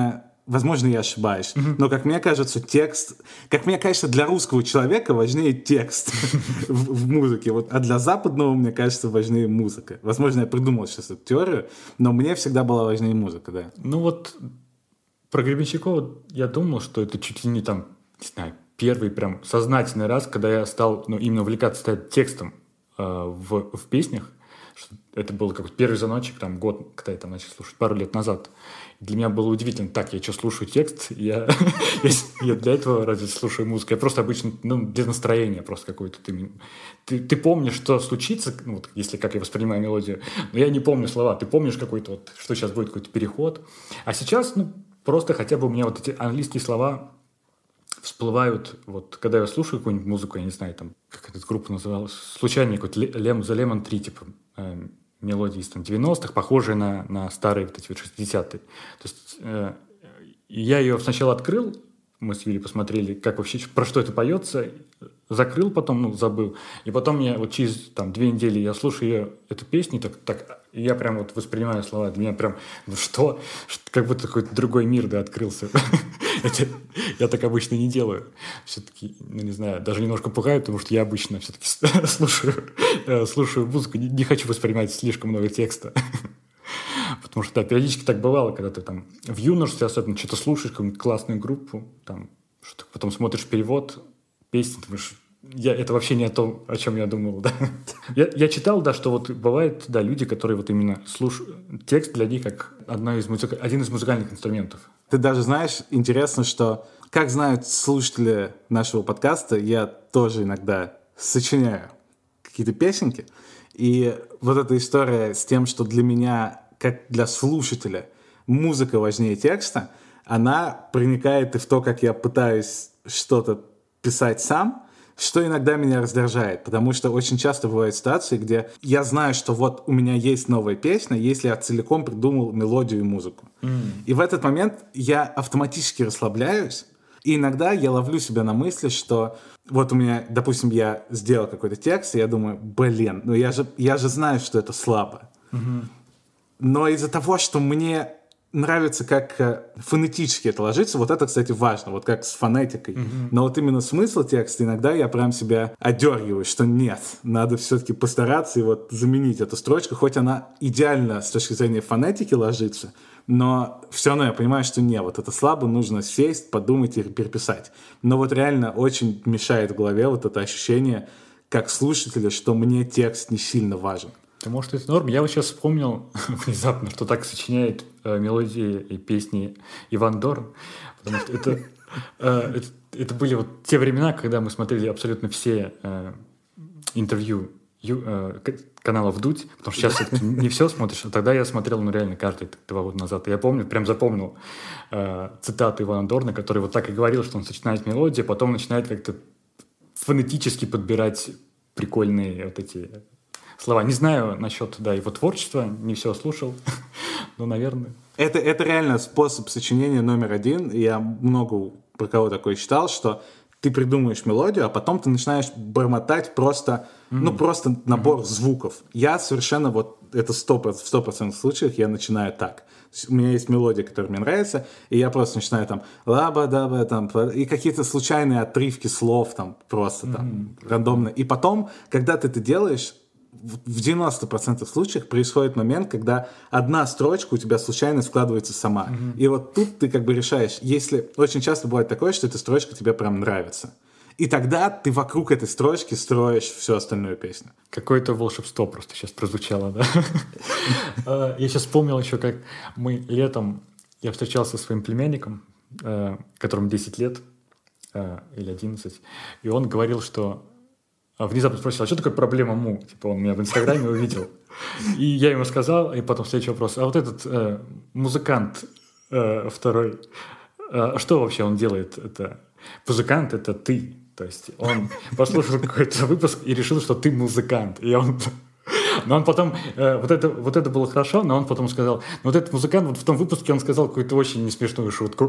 Возможно, я ошибаюсь. Mm-hmm. Но, как мне кажется, текст... Как мне кажется, для русского человека важнее текст в, в музыке. Вот, а для западного, мне кажется, важнее музыка. Возможно, я придумал сейчас эту теорию, но мне всегда была важнее музыка, да. Ну вот про Гребенщикова я думал, что это чуть ли не там, не знаю, первый прям сознательный раз, когда я стал ну, именно увлекаться текстом э, в, в песнях. Это был какой-то первый звоночек, там, год, когда я там начал слушать, пару лет назад. И для меня было удивительно, так, я что, слушаю текст? Я, я, я для этого разве слушаю музыку? Я просто обычно, ну, для настроения просто какой-то. Ты, ты, ты помнишь, что случится, ну, вот, если как я воспринимаю мелодию, но я не помню слова. Ты помнишь какой-то, вот, что сейчас будет какой-то переход. А сейчас, ну, просто хотя бы у меня вот эти английские слова всплывают, вот, когда я слушаю какую-нибудь музыку, я не знаю, там, как эта группа называлась, случайно какой-то The Lemon Tree, типа, э, мелодии из там, девяностых, похожие на, на старые вот эти вот шестидесятые. То есть э, я ее сначала открыл, мы с Юлей посмотрели, как вообще, про что это поется, закрыл потом, ну, забыл. И потом я вот через там, две недели я слушаю ее, эту песню, так, так, и я прям вот воспринимаю слова. Для меня прям, ну что, как будто какой-то другой мир, да, открылся. Я так обычно не делаю. Все-таки, ну, не знаю, даже немножко пугает, потому что я обычно все-таки слушаю, слушаю музыку, не хочу воспринимать слишком много текста. Потому что, да, периодически так бывало, когда ты там в юношестве особенно что-то слушаешь, какую-нибудь классную группу, там, что-то, потом смотришь перевод, песни, ты думаешь, я, это вообще не о том, о чем я думал, да. Я, я читал, да, что вот бывает, да, люди, которые вот именно слушают, текст для них как одна из музыка, один из музыкальных инструментов. Ты даже знаешь, интересно, что, как знают слушатели нашего подкаста, я тоже иногда сочиняю какие-то песенки, и вот эта история с тем, что для меня, как для слушателя, музыка важнее текста, она проникает и в то, как я пытаюсь что-то писать сам, что иногда меня раздражает, потому что очень часто бывают ситуации, где я знаю, что вот у меня есть новая песня, если я целиком придумал мелодию и музыку. Mm. И в этот момент я автоматически расслабляюсь, и иногда я ловлю себя на мысли, что вот у меня, допустим, я сделал какой-то текст, и я думаю, блин, ну я же, я же знаю, что это слабо. Mm-hmm. Но из-за того, что мне нравится, как фонетически это ложится. Вот это, кстати, важно, вот как с фонетикой. Mm-hmm. Но вот именно смысл текста иногда я прям себя одергиваю, что нет, надо все-таки постараться и вот заменить эту строчку, хоть она идеально с точки зрения фонетики ложится, но все равно я понимаю, что не, вот это слабо, нужно сесть, подумать и переписать. Но вот реально очень мешает в голове вот это ощущение, как слушателя, что мне текст не сильно важен. Да, может, это норм. Я вот сейчас вспомнил внезапно, что так сочиняет э, мелодии и песни Иван Дорн, потому что это, э, это, это были вот те времена, когда мы смотрели абсолютно все э, интервью ю, э, канала «Вдудь», потому что сейчас не все смотришь, а тогда я смотрел, ну, реально, каждые два года назад. И я помню, прям запомнил э, цитату Ивана Дорна, который вот так и говорил, что он сочиняет мелодии, а потом начинает как-то фонетически подбирать прикольные вот эти слова. Не знаю насчет, да, его творчества, не все слушал, но, наверное. Это, это реально способ сочинения номер один. Я много про кого такое читал, что ты придумываешь мелодию, а потом ты начинаешь бормотать просто, mm-hmm. ну, просто набор mm-hmm. звуков. Я совершенно вот, это сто процентов, в сто процентов случаях я начинаю так. У меня есть мелодия, которая мне нравится, и я просто начинаю там лаба-даба, там, и какие-то случайные отрывки слов там просто там mm-hmm. рандомно. И потом, когда ты это делаешь, в девяносто процентов случаев происходит момент, когда одна строчка у тебя случайно складывается сама. Mm-hmm. И вот тут ты как бы решаешь, если очень часто бывает такое, что эта строчка тебе прям нравится. И тогда ты вокруг этой строчки строишь всю остальную песню. Какое-то волшебство просто сейчас прозвучало, да? Я сейчас вспомнил еще, как мы летом, я встречался со своим племянником, которому десять лет или одиннадцать, и он говорил, что внезапно спросил, а что такое проблема му? Типа он меня в Инстаграме увидел. И я ему сказал, и потом следующий вопрос, а вот этот э, музыкант э, второй, э, что вообще он делает? Это музыкант — это ты. То есть он послушал какой-то выпуск и решил, что ты музыкант. И он... Но он потом... Э, вот, это, вот это было хорошо, но он потом сказал, ну вот этот музыкант, вот в том выпуске он сказал какую-то очень несмешную шутку.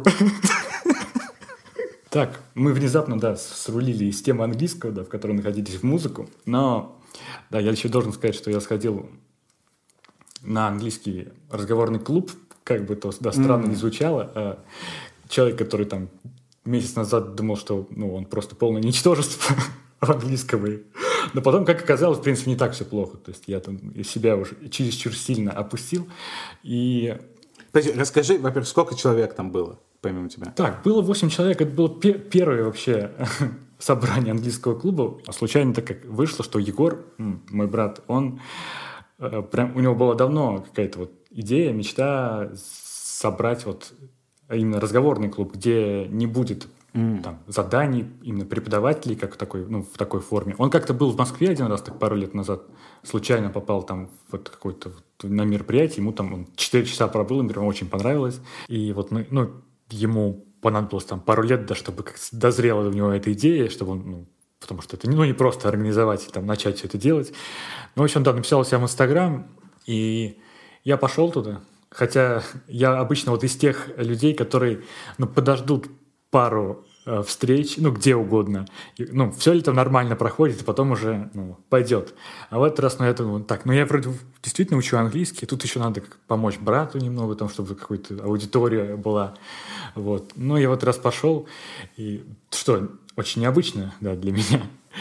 Так, мы внезапно, да, срулили из темы английского, да, в которой находились, в музыку, но, да, я еще должен сказать, что я сходил на английский разговорный клуб как бы то да, странно mm-hmm. не звучало, а человек, который там месяц назад думал, что ну, он просто полное ничтожество в английском. И... Но потом, как оказалось, в принципе, не так все плохо. То есть я там себя уже чересчур сильно опустил. И... Подожди, расскажи, во-первых, сколько человек там было, помимо тебя? Так, было восемь человек. Это было пе- первое вообще собрание английского клуба. А случайно так как вышло, что Егор, мой брат, он э, прям... У него была давно какая-то вот идея, мечта собрать вот именно разговорный клуб, где не будет mm. там, заданий, именно преподавателей, как в такой, ну, в такой форме. Он как-то был в Москве один раз, так пару лет назад, случайно попал там в вот какой-то вот, на мероприятие, ему там он четыре часа пробыл, ему прям очень понравилось. И вот мы, ну, ему понадобилось там пару лет, да, чтобы как дозрела у него эта идея, чтобы он, ну, потому что это ну, не просто организовать и там начать все это делать. Ну, в общем, да, написал себя в Инстаграм, и я пошел туда. Хотя я обычно вот из тех людей, которые ну, подождут пару э, встреч, ну, где угодно. И, ну, все ли там нормально проходит, и потом уже ну, пойдет. А в этот раз, ну, я думаю, так, ну, я вроде действительно учу английский, тут еще надо помочь брату немного, там, чтобы какая-то аудитория была. Вот. Ну, я в этот раз пошел, и что, очень необычно, да, для меня.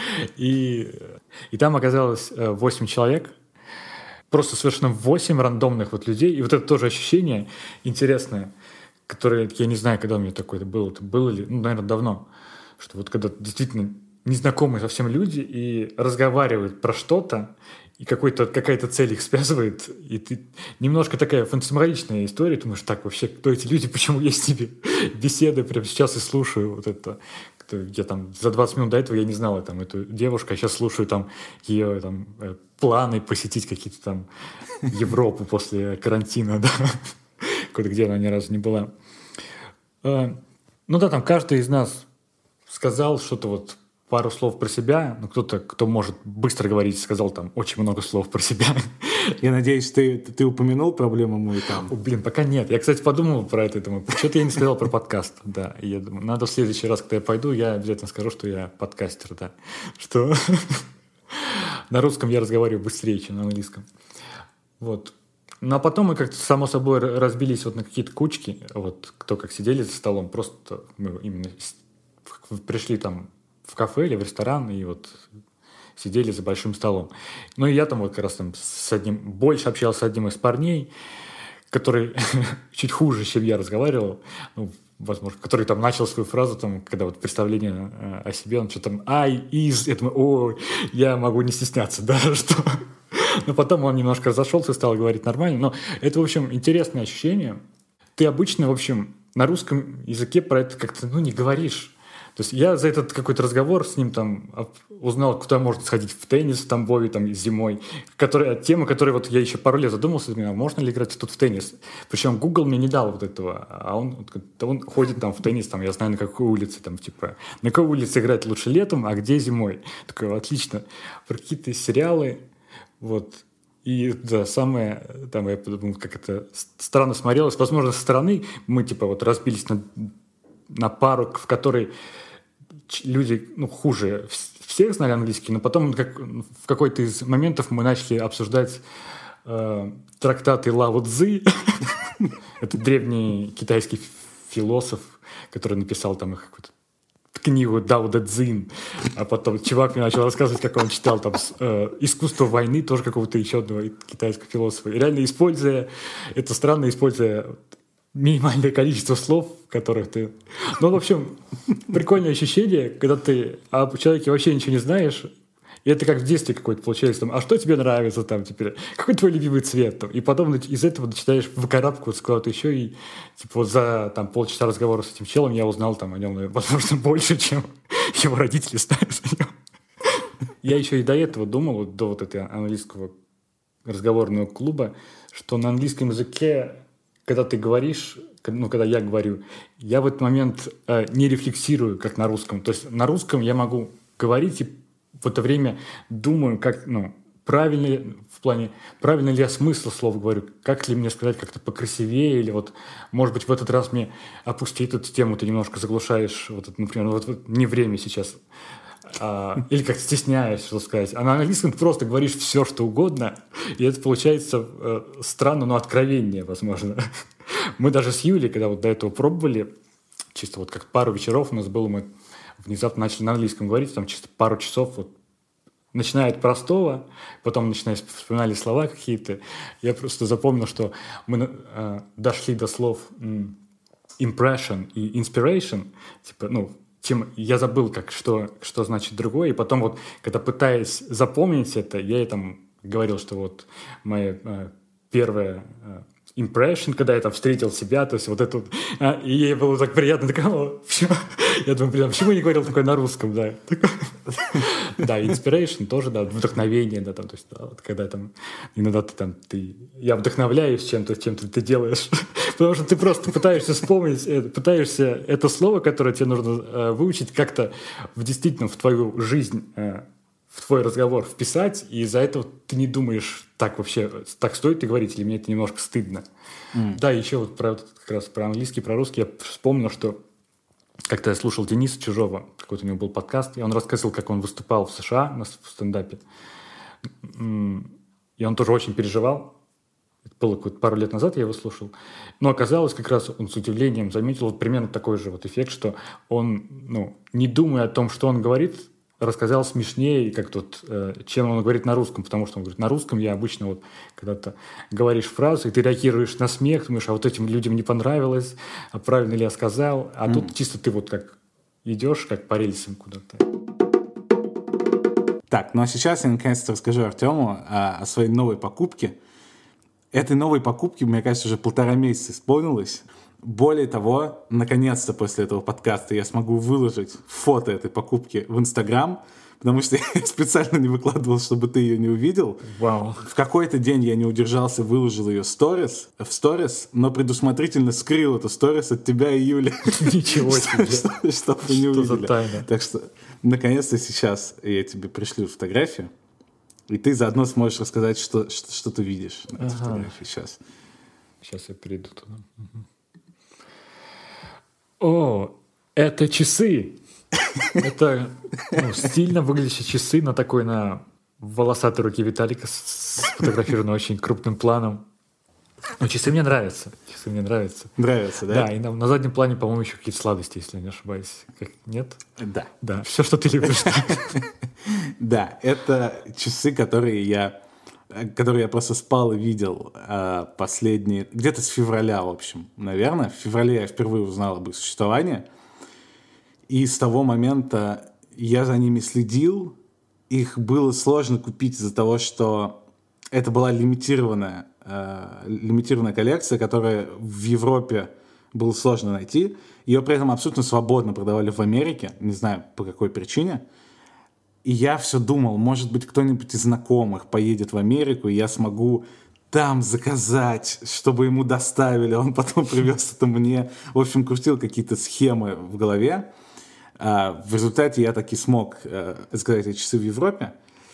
И, и там оказалось восемь человек, просто совершенно восемь рандомных вот людей. И вот это тоже ощущение интересное, которое, я не знаю, когда у меня такое было. Это было ли, ну, наверное, давно. Что вот когда действительно незнакомые совсем люди и разговаривают про что-то, и какой-то, какая-то цель их связывает, и ты немножко такая фантасмагоричная история, ты думаешь, так, вообще, кто эти люди, почему я с ними беседы прямо сейчас и слушаю вот это. Я там за двадцать минут до этого я не знала там эту девушку, а сейчас слушаю там ее там планы посетить какие-то там Европу после карантина, да, где она ни разу не была. Ну да, там каждый из нас сказал что-то вот пару слов про себя, ну кто-то, кто может быстро говорить, сказал там очень много слов про себя. Я надеюсь, ты, ты упомянул проблему мою там? О, блин, пока нет. Я, кстати, подумал про это. Думаю, что-то я не сказал про подкаст. Да, и я думаю, надо в следующий раз, когда я пойду, я обязательно скажу, что я подкастер, да. Что на русском я разговариваю быстрее, чем на английском. Вот. Ну, а потом мы как-то, само собой, разбились вот на какие-то кучки. Вот кто как сидели за столом. Просто мы именно пришли там в кафе или в ресторан, и вот сидели за большим столом. Ну, и я там вот как раз там с одним, больше общался с одним из парней, который чуть хуже, чем я разговаривал, ну, возможно, который там начал свою фразу, там, когда вот представление э, о себе, он что-то там «I is», я думаю, ой, я могу не стесняться, да, что... Но потом он немножко разошелся и стал говорить нормально. Но это, в общем, интересное ощущение. Ты обычно, в общем, на русском языке про это как-то, ну, не говоришь. То есть я за этот какой-то разговор с ним там узнал, куда можно сходить в теннис в Тамбове там, зимой. Которая, тема, которой вот я еще пару лет задумался, а можно ли играть тут в теннис. Причем Google мне не дал вот этого. А он, он ходит там в теннис, там, я знаю, на какой улице. Там, типа, на какой улице играть лучше летом, а где зимой. Такое, отлично. Про какие-то сериалы. Вот. И да, самое, там, я подумал, как это странно смотрелось. Возможно, со стороны мы типа вот разбились на, на пару, в которой люди, ну, хуже всех знали английский, но потом как, в какой-то из моментов мы начали обсуждать э, трактаты Лао Цзы. Это древний китайский философ, который написал там их какую-то книгу Дао Дэ Цзин, а потом чувак мне начал рассказывать, как он читал там э, «Искусство войны», тоже какого-то еще одного китайского философа. И реально используя, это странно, используя минимальное количество слов, которых ты... Ну, в общем, прикольное ощущение, когда ты о человеке вообще ничего не знаешь, и это как в детстве какой-то получается, там, а что тебе нравится, там, теперь, какой твой любимый цвет, там, и потом из этого начинаешь выкарабкиваться куда-то еще, и типа вот за там, полчаса разговора с этим челом я узнал там, о нем, возможно, больше, чем его родители знают о нем. Я еще и до этого думал, до вот этого английского разговорного клуба, что на английском языке, когда ты говоришь, ну, когда я говорю, я в этот момент э, не рефлексирую, как на русском. То есть на русском я могу говорить и в это время думаю, как, ну, правильно ли, в плане, правильно ли я смысл слов говорю, как ли мне сказать как-то покрасивее, или вот, может быть, в этот раз мне опустить эту тему, ты немножко заглушаешь, вот, например, вот, вот не время сейчас. А, или как стесняюсь, что сказать. А на английском ты просто говоришь все, что угодно, и это получается э, странно, но откровение, возможно. Мы даже с Юлей, когда вот до этого пробовали, чисто вот как пару вечеров у нас было, мы внезапно начали на английском говорить, там чисто пару часов, вот, начиная от простого, потом начиная вспоминали слова какие-то. Я просто запомнил, что мы э, дошли до слов м, impression и inspiration, типа, ну, тем, я забыл, как, что, что значит другое, и потом вот, когда пытаясь запомнить это, я ей там говорил, что вот моя э, первая э, impression, когда я там встретил себя, то есть вот это вот, а, и ей было так приятно, такая, о, почему? Я думаю, блин, почему я не говорил такое на русском, да. Да, inspiration тоже, да, вдохновение, да, там, то есть, да, вот когда там, иногда ты там, ты, я вдохновляюсь чем-то, чем-то ты делаешь, потому что ты просто пытаешься вспомнить, это, пытаешься это слово, которое тебе нужно э, выучить, как-то в, действительно в твою жизнь, э, в твой разговор вписать, и из-за этого ты не думаешь, так вообще, так стоит ли говорить, или мне это немножко стыдно. Mm. Да, еще вот про, как раз про английский, про русский я вспомнил, что как-то я слушал Дениса Чужого, какой-то у него был подкаст, и он рассказывал, как он выступал в США на стендапе. И он тоже очень переживал. Это было пару лет назад, я его слушал. Но оказалось, как раз он с удивлением заметил вот примерно такой же вот эффект, что он, ну, не думая о том, что он говорит, рассказал смешнее, как тут, э, чем он говорит на русском, потому что он говорит, на русском я обычно вот, когда ты говоришь фразу, и ты реагируешь на смех, думаешь, а вот этим людям не понравилось, а правильно ли я сказал, а mm. тут чисто ты вот как идешь, как по рельсам куда-то. Так, ну а сейчас я наконец-то расскажу Артему о, о своей новой покупке. Этой новой покупки, мне кажется, уже полтора месяца исполнилось. Более того, наконец-то после этого подкаста я смогу выложить фото этой покупки в Инстаграм, потому что я специально не выкладывал, чтобы ты ее не увидел. Вау. В какой-то день я не удержался, выложил ее сторис, в сторис, но предусмотрительно скрыл эту сторис от тебя и Юли. Ничего себе. Чтобы вы не увидели. Что за тайна? Так что, наконец-то сейчас я тебе пришлю фотографию, и ты заодно сможешь рассказать, что, что, что ты видишь на этой фотографии сейчас. Сейчас я перейду туда. О, это часы. Это ну, стильно выглядящие часы на такой, на волосатой руке Виталика, сфотографированы очень крупным планом. Но часы мне нравятся. Часы мне нравятся. Нравятся, да? Да, и на, на заднем плане, по-моему, еще какие-то сладости, если я не ошибаюсь. Как, нет? Да. Да, все, что ты любишь. Да, это часы, которые я... который я просто спал и видел э, последние... Где-то с февраля, в общем, наверное. В феврале я впервые узнал об их существовании. И с того момента я за ними следил. Их было сложно купить из-за того, что это была лимитированная, э, лимитированная коллекция, которая в Европе было сложно найти. Ее при этом абсолютно свободно продавали в Америке. Не знаю, по какой причине. И я все думал, может быть, кто-нибудь из знакомых поедет в Америку, и я смогу там заказать, чтобы ему доставили. Он потом привез это мне. В общем, крутил какие-то схемы в голове. В результате я таки смог заказать эти часы в Европе.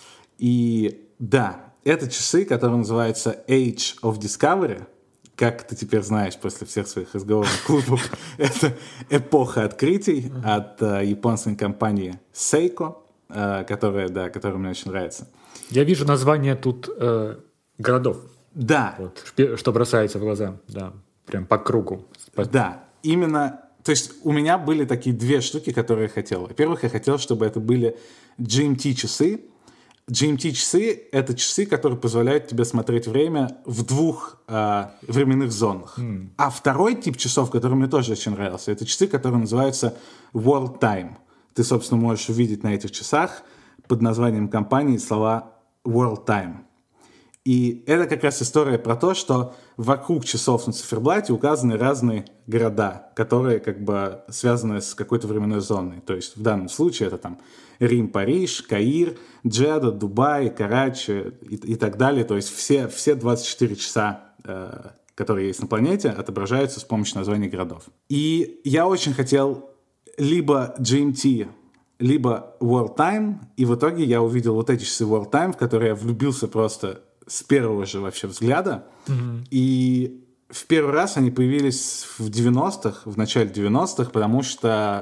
И да, это часы, которые называются Age of Discovery. Как ты теперь знаешь после всех своих разговорных клубов, это эпоха открытий от японской компании Seiko, которая, да, которая мне очень нравится. Я вижу название тут э, городов. Да. Вот, что бросается в глаза. Да, прям по кругу. Да, именно... То есть у меня были такие две штуки, которые я хотел. Во-первых, я хотел, чтобы это были джи эм ти-часы. джи эм ти-часы — это часы, которые позволяют тебе смотреть время в двух э, временных зонах. Mm. А второй тип часов, который мне тоже очень нравился, это часы, которые называются World Time. Ты, собственно, можешь увидеть на этих часах под названием компании слова World Time. И это как раз история про то, что вокруг часов на циферблате указаны разные города, которые как бы связаны с какой-то временной зоной. То есть в данном случае это там Рим, Париж, Каир, Джедда, Дубай, Карачи и, и так далее. То есть все, все двадцать четыре часа, э, которые есть на планете, отображаются с помощью названий городов. И я очень хотел либо джи эм ти, либо World Time, и в итоге я увидел вот эти часы World Time, в которые я влюбился просто с первого же вообще взгляда. Mm-hmm. И в первый раз они появились в девяностых, в начале девяностых, потому что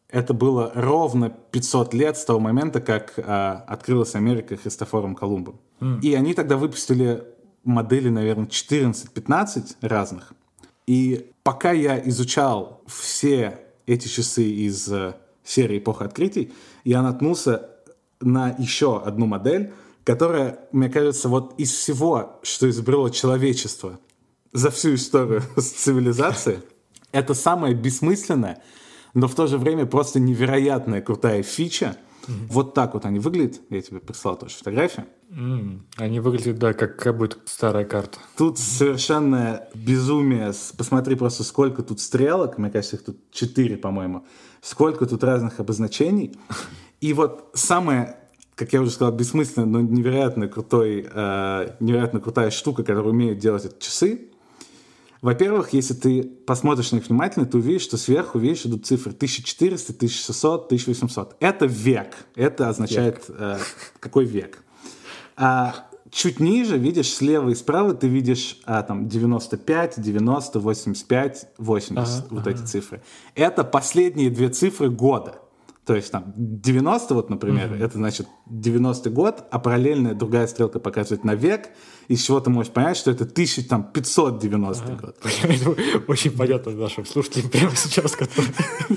Это было ровно пятьсот лет с того момента, как а, открылась Америка Христофором Колумбом. Mm. И они тогда выпустили модели, наверное, четырнадцать-пятнадцать разных. И пока я изучал все эти часы из а, серии «Эпоха открытий», я наткнулся на еще одну модель, которая, мне кажется, вот из всего, что изобрело человечество за всю историю цивилизации, это самая бессмысленная, но в то же время просто невероятная крутая фича. Mm-hmm. Вот так вот они выглядят. Я тебе прислал тоже фотографию. Mm. Они выглядят, да, как, как будто старая карта. Тут совершенно безумие. Посмотри просто, сколько тут стрелок. Мне кажется, их тут четыре, по-моему. Сколько тут разных обозначений. И вот самое, как я уже сказал, бессмысленная, но невероятно, крутой, э, невероятно крутая штука, которую умеют делать эти часы. Во-первых, если ты посмотришь на них внимательно, ты увидишь, что сверху, видишь, идут цифры тысяча четыреста, тысяча шестьсот, тысяча восемьсот. Это век. Это означает, век. Э, какой век. А чуть ниже, видишь, слева и справа ты видишь а, там, девяносто пять, девяносто, восемьдесят пять, восемьдесят. Ага, вот ага. эти цифры. Это последние две цифры года. То есть там девяносто, вот, например, mm-hmm. это значит девяностый год, а параллельная другая стрелка показывает на век, из чего ты можешь понять, что это тысяча пятьсот девяностый ага. год. Очень понятно нашим слушателям прямо сейчас, которые...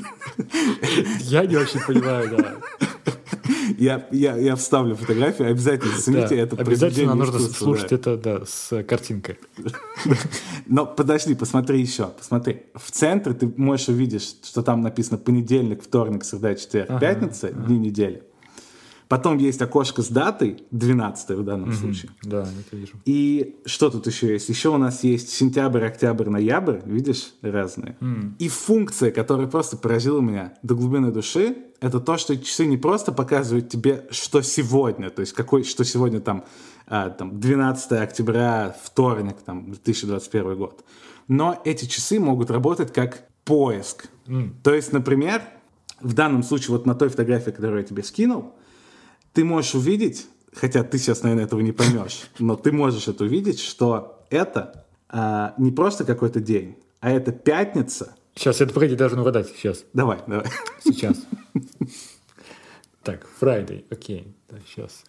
Я не очень понимаю, да. Я, я, я вставлю фотографию, обязательно зацените да, это. Обязательно нужно слушать да. это да, с картинкой. Но подожди, посмотри еще. Посмотри. В центре ты можешь увидеть, что там написано понедельник, вторник, среда, четверг, ага, пятница, ага. дни недели. Потом есть окошко с датой, двенадцатое в данном mm-hmm. случае. Да, это вижу. И что тут еще есть? Еще у нас есть сентябрь, октябрь, ноябрь, видишь, разные. Mm. И функция, которая просто поразила меня до глубины души, это то, что часы не просто показывают тебе, что сегодня, то есть какой, что сегодня там, а, там двенадцатое октября, вторник, там, две тысячи двадцать первый год. Но эти часы могут работать как поиск. Mm. То есть, например, в данном случае вот на той фотографии, которую я тебе скинул, ты можешь увидеть, хотя ты сейчас, наверное, этого не поймешь, но ты можешь это увидеть, что это а, не просто какой-то день, а это пятница. Сейчас, это погоди, должен угадать сейчас. Давай, давай. Сейчас. Так, Friday, окей, да, сейчас.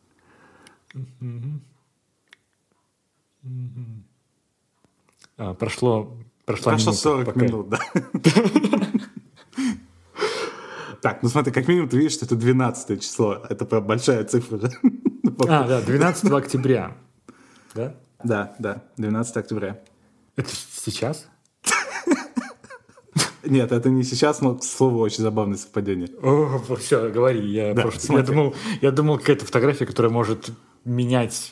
А, прошло, прошла Прошло минута, сорок пока. минут, да. Так, ну смотри, как минимум ты видишь, что это двенадцатое число. Это прям большая цифра. А, да, двенадцатого октября. Да? Да, да, двенадцатое октября. Это сейчас? Нет, это не сейчас, но, к слову, очень забавное совпадение. О, все, говори. Я, да, просто, я, думал, я думал, какая-то фотография, которая может менять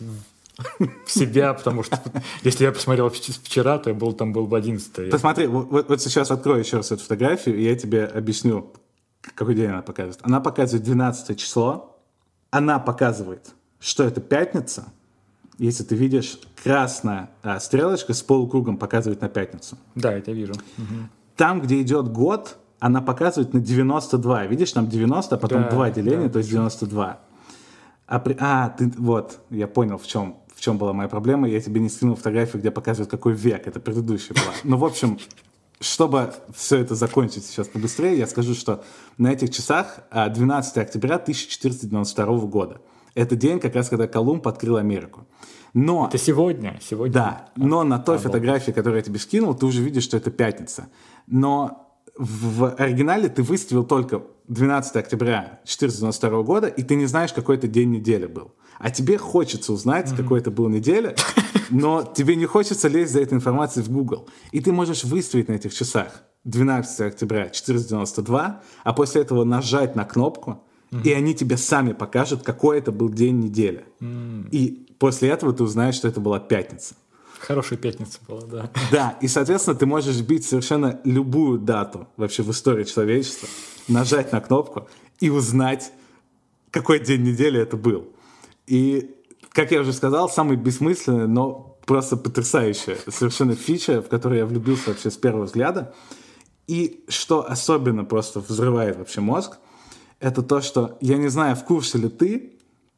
в себя, потому что если я посмотрел вчера, то я был, там был бы одиннадцатое. Посмотри, вот, вот сейчас открою еще раз эту фотографию, и я тебе объясню, какой день она показывает. Она показывает двенадцатое число, она показывает, что это пятница. Если ты видишь, красная а, стрелочка с полукругом показывает на пятницу. Да, это вижу. Угу. Там, где идет год, она показывает на девяносто два. Видишь, там девяносто, а потом да, два деления, да, то есть девяносто два. А, при... а, ты, вот, я понял, в чем, в чем была моя проблема. Я тебе не скинул фотографию, где показывает, какой век. Это предыдущая была. Ну, в общем, чтобы все это закончить сейчас побыстрее, я скажу, что на этих часах двенадцатое октября тысяча четыреста девяносто второго года. Это день, как раз когда Колумб открыл Америку. Но, это сегодня, сегодня. Да, но на той а, фотографии, которую я тебе скинул, ты уже видишь, что это пятница. Но в оригинале ты выставил только двенадцатое октября тысяча четыреста девяносто второго года, и ты не знаешь, какой это день недели был. А тебе хочется узнать, mm-hmm. какой это был неделя, но тебе не хочется лезть за этой информацией в Google. И ты можешь выставить на этих часах двенадцатое октября тысяча четыреста девяносто два, а после этого нажать на кнопку, mm-hmm. и они тебе сами покажут, какой это был день недели. Mm-hmm. И после этого ты узнаешь, что это была пятница. Хорошая пятница была, да. Да, и, соответственно, ты можешь бить совершенно любую дату вообще в истории человечества, нажать на кнопку и узнать, какой день недели это был. И, как я уже сказал, самый бессмысленный, но просто потрясающая совершенно фича, в которую я влюбился вообще с первого взгляда. И что особенно просто взрывает вообще мозг, это то, что, я не знаю, в курсе ли ты,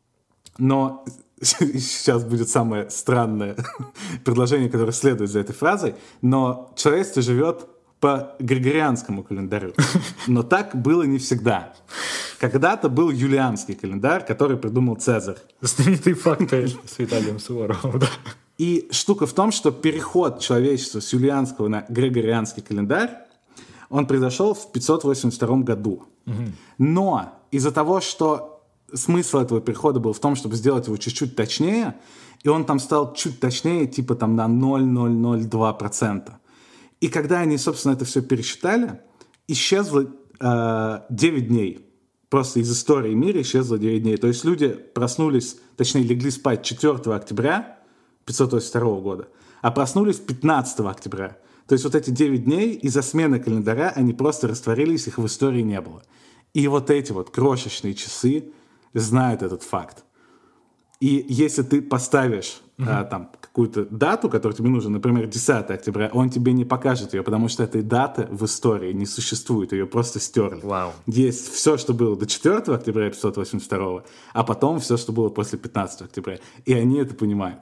но сейчас будет самое странное предложение, которое следует за этой фразой, но человечество живет по Григорианскому календарю. Но так было не всегда. Когда-то был юлианский календарь, который придумал Цезарь. Знаменитые факты с Виталием Суворовым, да. И штука в том, что переход человечества с юлианского на Григорианский календарь, он произошел в пятьсот восемьдесят втором году. Угу. Но из-за того, что смысл этого перехода был в том, чтобы сделать его чуть-чуть точнее, и он там стал чуть точнее, типа там на ноль целых ноль ноль два процента. И когда они, собственно, это все пересчитали, исчезло э, девять дней. Просто из истории мира исчезло девять дней. То есть люди проснулись, точнее, легли спать четвёртого октября пятьсот восемьдесят второго года, а проснулись пятнадцатого октября. То есть вот эти девять дней из-за смены календаря, они просто растворились, их в истории не было. И вот эти вот крошечные часы знают этот факт. И если ты поставишь mm-hmm. а, там какую-то дату, которая тебе нужна, например, десятого октября, он тебе не покажет ее, потому что этой даты в истории не существует, ее просто стерли. Wow. Есть все, что было до четвёртого октября пятьсот восемьдесят второго, а потом все, что было после пятнадцатого октября. И они это понимают.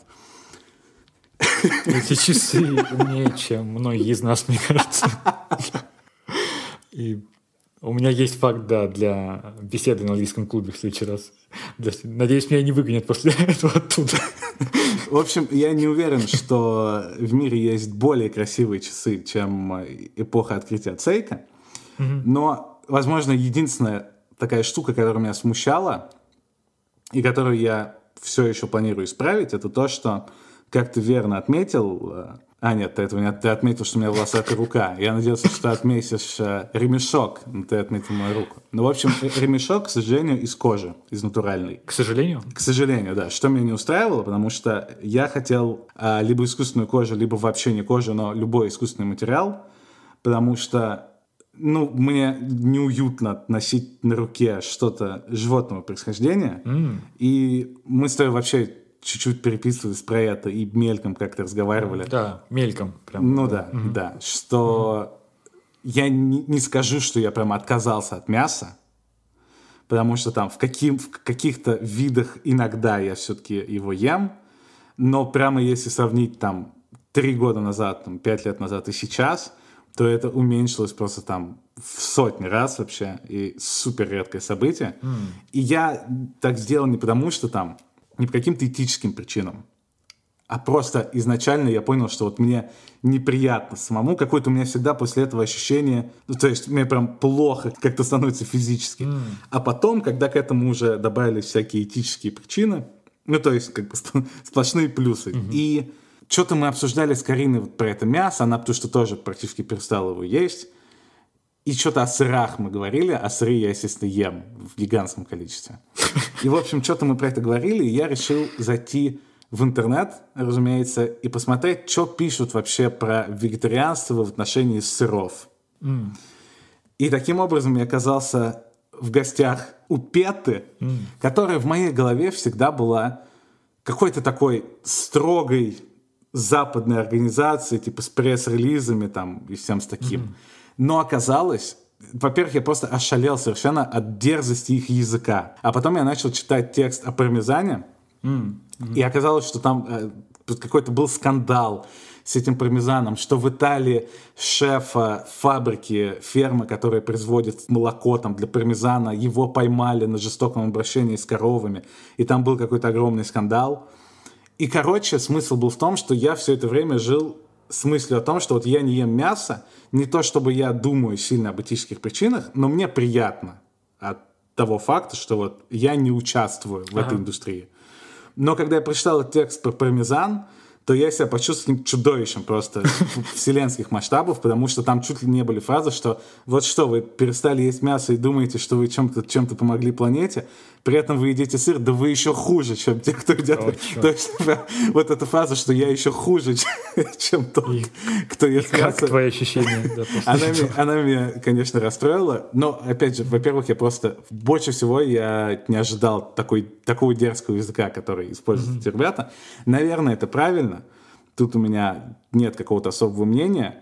Эти часы умнее, чем многие из нас, мне кажется. И у меня есть факт, да, для беседы на английском клубе в следующий раз. Надеюсь, меня не выгонят после этого оттуда. В общем, я не уверен, что в мире есть более красивые часы, чем эпоха открытия Цейка. Mm-hmm. Но, возможно, единственная такая штука, которая меня смущала, и которую я все еще планирую исправить, это то, что, как ты верно отметил... А, нет, ты этого не ты отметил, что у меня волосатая рука. Я надеялся, что ты отметишь э, ремешок, но ты отметил мою руку. Ну, в общем, ремешок, к сожалению, из кожи, из натуральной. К сожалению? К сожалению, да. Что меня не устраивало, потому что я хотел э, либо искусственную кожу, либо вообще не кожу, но любой искусственный материал, потому что, ну, мне неуютно носить на руке что-то животного происхождения. Mm. И мы с тобой вообще... чуть-чуть переписывались про это и мельком как-то разговаривали. Да, мельком. Прям. Ну да, mm-hmm. да. Что mm-hmm. я не, не скажу, что я прям отказался от мяса, потому что там в, каким, в каких-то видах иногда я все-таки его ем, но прямо если сравнить там три года назад, там, пять лет назад и сейчас, то это уменьшилось просто там в сотни раз вообще, и супер редкое событие. Mm. И я так сделал не потому, что там не по каким-то этическим причинам, а просто изначально я понял, что вот мне неприятно самому, какое-то у меня всегда после этого ощущение, ну, то есть мне прям плохо как-то становится физически. Mm. А потом, когда к этому уже добавились всякие этические причины, ну, то есть как бы сплошные плюсы. Mm-hmm. И что-то мы обсуждали с Кариной вот про это мясо, она потому что тоже практически перестала его есть. И что-то о сырах мы говорили, а сыры я, естественно, ем в гигантском количестве. И, в общем, что-то мы про это говорили, и я решил зайти в интернет, разумеется, и посмотреть, что пишут вообще про вегетарианство в отношении сыров. Mm. И таким образом я оказался в гостях у Петы, mm. которая в моей голове всегда была какой-то такой строгой западной организацией, типа с пресс-релизами там и всем с таким. Mm. Но оказалось, во-первых, я просто ошалел совершенно от дерзости их языка. А потом я начал читать текст о пармезане, mm. Mm. и оказалось, что там э, какой-то был скандал с этим пармезаном, что в Италии шефа фабрики, фермы, которая производит молоко там, для пармезана, его поймали на жестоком обращении с коровами, и там был какой-то огромный скандал. И, короче, смысл был в том, что я все это время жил с мыслью о том, что вот я не ем мясо, не то чтобы я думаю сильно об этических причинах, но мне приятно от того факта, что вот я не участвую в ага. этой индустрии. Но когда я прочитал этот текст про пармезан, то я себя почувствовал чудовищем просто вселенских масштабов, потому что там чуть ли не были фразы, что вот что, вы перестали есть мясо и думаете, что вы чем-то, чем-то помогли планете, при этом вы едите сыр, да вы еще хуже, чем те, кто едят. О, то есть вот эта фраза, что я еще хуже, чем тот, и, кто ест и мясо. Как твои ощущения? Да, она, меня, она меня, конечно, расстроила, но, опять же, во-первых, я просто больше всего я не ожидал такой, такого дерзкого языка, который используют mm-hmm. эти ребята. Наверное, это правильно. Тут у меня нет какого-то особого мнения,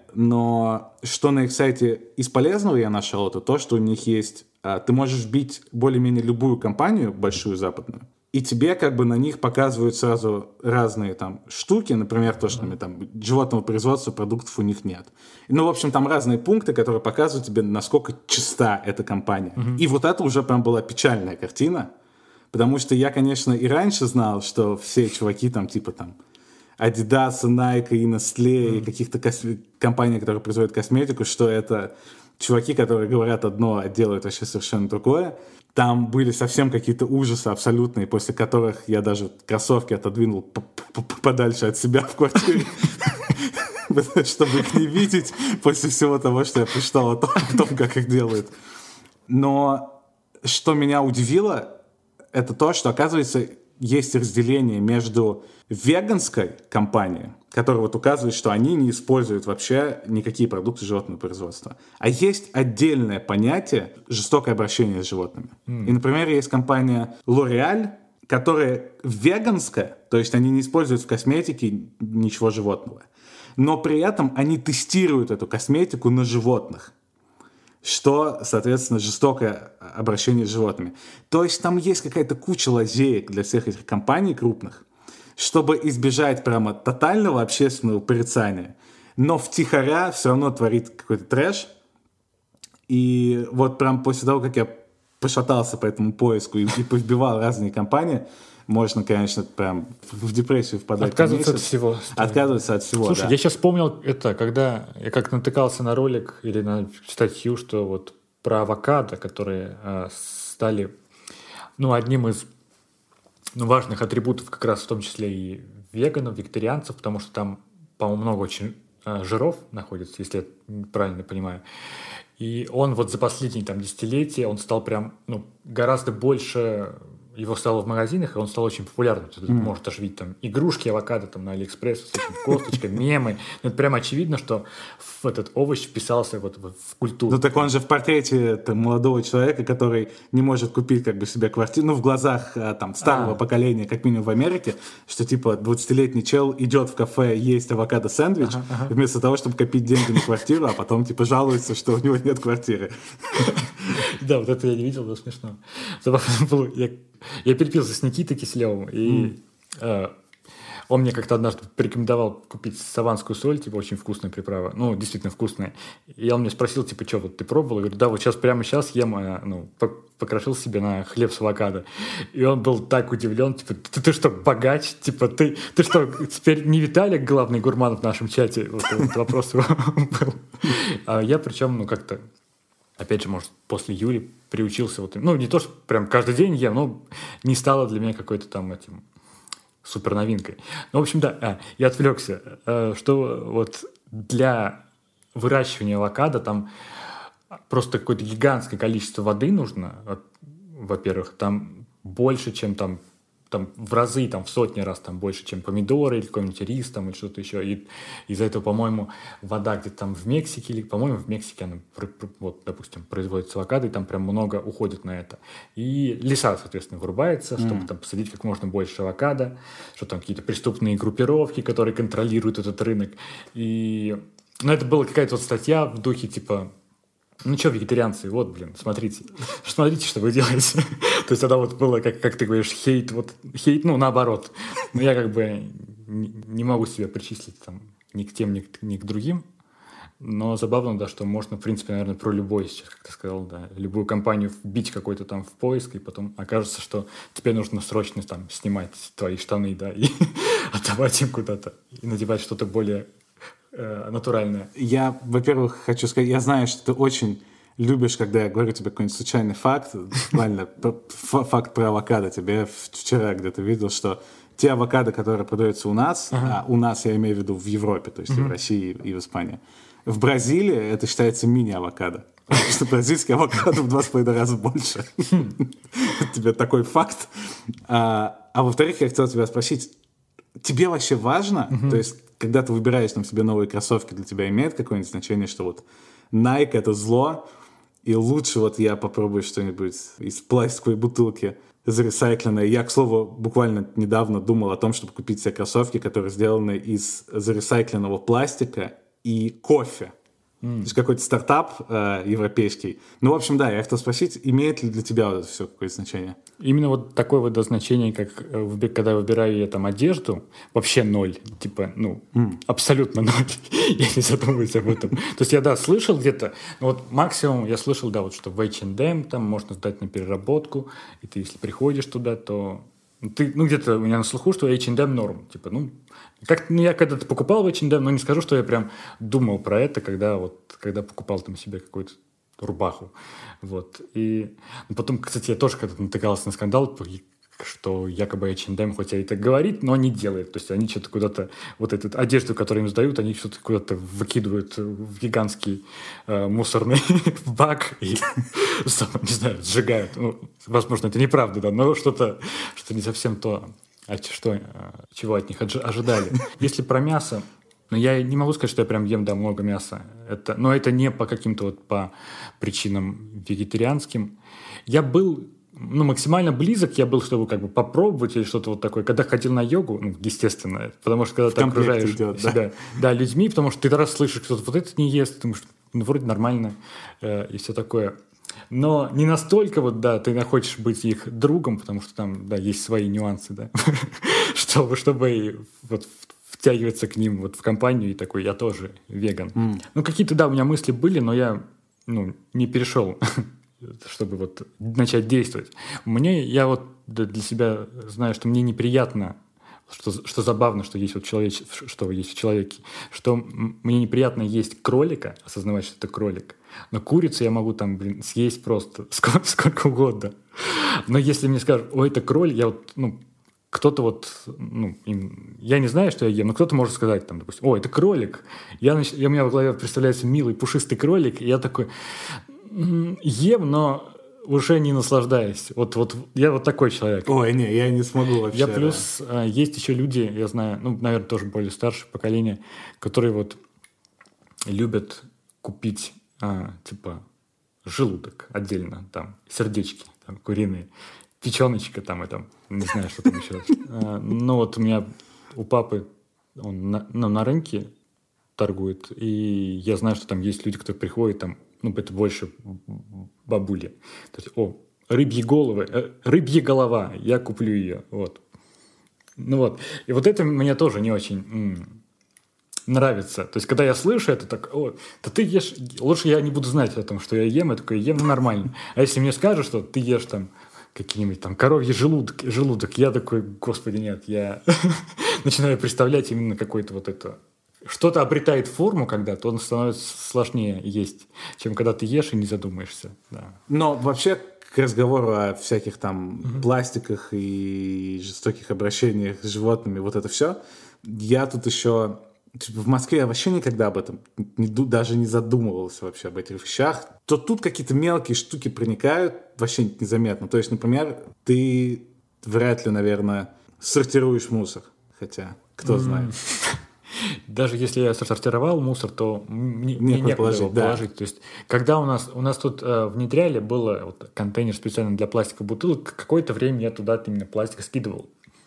но что на их сайте из полезного я нашел, это то, что у них есть... Ты можешь бить более-менее любую компанию, большую западную, и тебе как бы на них показывают сразу разные там штуки, например, то, что там животного производства продуктов у них нет. Ну, в общем, там разные пункты, которые показывают тебе, насколько чиста эта компания. Mm-hmm. И вот это уже прям была печальная картина, потому что я, конечно, и раньше знал, что все чуваки там типа там Adidas, Nike и Nestle, mm-hmm. и каких-то кос- компаний, которые производят косметику, что это чуваки, которые говорят одно, а делают вообще совершенно другое. Там были совсем какие-то ужасы абсолютные, после которых я даже кроссовки отодвинул подальше от себя в квартире, чтобы их не видеть после всего того, что я прочитал о том, как их делают. Но что меня удивило, это то, что, оказывается, есть разделение между веганской компанией, которая вот указывает, что они не используют вообще никакие продукты животного производства. А есть отдельное понятие жестокое обращение с животными. Mm. И, например, есть компания L'Oréal, которая веганская, то есть они не используют в косметике ничего животного. Но при этом они тестируют эту косметику на животных, что, соответственно, жестокое обращение с животными. То есть там есть какая-то куча лазеек для всех этих компаний крупных, чтобы избежать прямо тотального общественного порицания, но втихаря все равно творит какой-то трэш. И вот прям после того, как я пошатался по этому поиску и, и повбивал разные компании, можно, конечно, прям в депрессию впадать. Отказываться от всего. Отказываться от всего, Слушай, да. я сейчас вспомнил это, когда я как натыкался на ролик или на статью, что вот про авокадо, которые э, стали, ну, одним из ну, важных атрибутов как раз в том числе и веганов, вегетарианцев, потому что там, по-моему, много очень э, жиров находится, если я правильно понимаю. И он вот за последние там десятилетия, он стал прям, ну, гораздо больше... Его стало в магазинах, и он стал очень популярным. Ты mm. можешь даже видеть там игрушки авокадо там, на Алиэкспресс с этим косточкой, мемы. Ну, это прямо очевидно, что в этот овощ вписался вот в, в культуру. Ну так он же в портрете там, молодого человека, который не может купить как бы себе квартиру, ну в глазах там, старого а. поколения, как минимум в Америке, что типа двадцатилетний чел идет в кафе есть авокадо-сэндвич, ага, ага. вместо того, чтобы копить деньги на квартиру, а потом типа жалуется, что у него нет квартиры. Да, вот это я не видел, но смешно. Забавно было. Я, я перепился с Никитой Киселевым, и mm. э, он мне как-то однажды порекомендовал купить саванскую соль, типа очень вкусная приправа, ну, действительно вкусная. И он мне спросил, типа, что, вот ты пробовал? Я говорю, да, вот сейчас, прямо сейчас ем, ну, покрошил себе на хлеб с авокадо. И он был так удивлен, типа, ты, ты что, богач? Типа, ты, ты что, теперь не Виталик главный гурман в нашем чате? Вот этот вопрос его был. А я причем, ну, как-то опять же, может, после Юли приучился вот, ну, не то, что прям каждый день ем, но не стало для меня какой-то там этим супер новинкой. Ну, в общем, да, а, я отвлекся, а, что вот для выращивания авокадо там просто какое-то гигантское количество воды нужно, во-первых, там больше, чем там там в разы, там в сотни раз там больше, чем помидоры или какой-нибудь рис там или что-то еще. И из-за этого, по-моему, вода где-то там в Мексике, или, по-моему, в Мексике она, вот, допустим, производится авокадо, и там прям много уходит на это. И леса, соответственно, вырубается, чтобы mm. там посадить как можно больше авокадо, что там какие-то преступные группировки, которые контролируют этот рынок. И, ну, это была какая-то вот статья в духе типа: ну что, вегетарианцы, вот, блин, смотрите, смотрите, что вы делаете. То есть тогда вот было, как, как ты говоришь, хейт, вот, хейт, ну, наоборот. Но я как бы не, не могу себя причислить там ни к тем, ни к, ни к другим. Но забавно, да, что можно, в принципе, наверное, про любой сейчас, как ты сказал, да, любую компанию вбить какой-то там в поиск, и потом окажется, что тебе нужно срочно там снимать твои штаны, да, и отдавать им куда-то, и надевать что-то более... натуральное. Я, во-первых, хочу сказать, я знаю, что ты очень любишь, когда я говорю тебе какой-нибудь случайный факт, буквально факт про авокадо. Тебе вчера где-то видел, что те авокадо, которые продаются у нас, ага. а у нас, я имею в виду в Европе, то есть угу. и в России, и в Испании, в Бразилии это считается мини-авокадо. Потому что бразильский авокадо в два с половиной раза больше. Тебе такой факт. А во-вторых, я хотел тебя спросить, тебе вообще важно, то есть когда ты выбираешь там себе новые кроссовки, для тебя имеет какое-нибудь значение, что вот Nike — это зло, и лучше вот я попробую что-нибудь из пластиковой бутылки заресайкленное. Я, к слову, буквально недавно думал о том, чтобы купить себе кроссовки, которые сделаны из заресайкленного пластика и кофе. Mm. То есть какой-то стартап э, европейский. Ну, в общем, да, я хотел спросить, имеет ли для тебя вот это все какое-то значение? Именно вот такое вот значение, как когда выбираю я там одежду, вообще ноль. Типа, ну, mm. абсолютно ноль. Я не задумываюсь об этом. То есть я, да, слышал где-то, ну, вот максимум я слышал, да, вот что в эйч энд эм там можно сдать на переработку, и ты, если приходишь туда, то ты, ну, где-то у меня на слуху, что эйч энд эм норм. Типа, ну, как, ну, я когда-то покупал в эйч энд эм, но не скажу, что я прям думал про это, когда вот, когда покупал там себе какую-то рубаху. Вот. И ну, потом, кстати, я тоже когда-то натыкался на скандал, что якобы эйч энд эм хоть и это говорит, но не делает. То есть они что-то куда-то, вот эту одежду, которую им сдают, они что-то куда-то выкидывают в гигантский э, мусорный бак и, не знаю, сжигают. Ну, возможно, это неправда, да, но что-то, что не совсем то, что, чего от них ожидали. Если про мясо, но я не могу сказать, что я прям ем, да, много мяса. Это, но это не по каким-то вот по причинам вегетарианским. Я был, ну, максимально близок, я был, чтобы как бы попробовать или что-то вот такое. Когда ходил на йогу, ну, естественно, потому что когда в ты окружаешь идет, себя да? Да, людьми, потому что ты раз слышишь, кто-то вот это не ест, ты думаешь, ну, вроде нормально э, и все такое. Но не настолько вот, да, ты хочешь быть их другом, потому что там, да, есть свои нюансы, да, чтобы, чтобы вот втягиваться к ним вот в компанию и такой, я тоже веган. Mm. Ну, какие-то, да, у меня мысли были, но я, ну, не перешел, чтобы вот начать действовать. Мне, я вот для себя знаю, что мне неприятно, что, что забавно, что есть вот человек, что есть в человеке, что мне неприятно есть кролика, осознавать, что это кролик, но курицу я могу там, блин, съесть просто сколько, сколько угодно. Но если мне скажут, ой, это кролик, я вот, ну, кто-то вот, ну, им, я не знаю, что я ем, но кто-то может сказать, там, допустим, о, это кролик. Я, я, у меня в голове представляется милый пушистый кролик, и я такой, ем, но уже не наслаждаюсь. Вот, вот я вот такой человек. Ой, не, я не смогу вообще. Я плюс, да. Есть еще люди, я знаю, ну, наверное, тоже более старшее поколение, которые вот любят купить, а, типа, желудок отдельно, там, сердечки там, куриные, печеночка там, и там, не знаю, что там еще. А, ну, вот у меня, у папы, он на, ну, на рынке торгует, и я знаю, что там есть люди, которые приходят, там, ну, это больше бабули. То есть, о, рыбьи головы, э, рыбья голова, я куплю ее, вот. Ну вот, и вот это мне тоже не очень м- нравится. То есть, когда я слышу это, так, о, да ты ешь, лучше я не буду знать о том, что я ем, я такой, ем, ну, нормально. А если мне скажут, что ты ешь там какие-нибудь там коровьи желудок, желудок, я такой, господи, нет, я начинаю представлять именно какой-то вот это... Что-то обретает форму когда-то, он становится сложнее есть, чем когда ты ешь и не задумаешься. Да. Но вообще к разговору о всяких там угу. пластиках и жестоких обращениях с животными, вот это все, я тут еще... В Москве я вообще никогда об этом не, даже не задумывался вообще об этих вещах. То тут какие-то мелкие штуки проникают вообще незаметно. То есть, например, ты вряд ли, наверное, сортируешь мусор. Хотя, кто знает. Даже если я сортировал мусор, то мне, мне некуда положить, его да. положить. То есть, когда у нас, у нас тут э, внедряли, был вот, контейнер специально для пластиковых бутылок, какое-то время я туда именно пластик скидывал.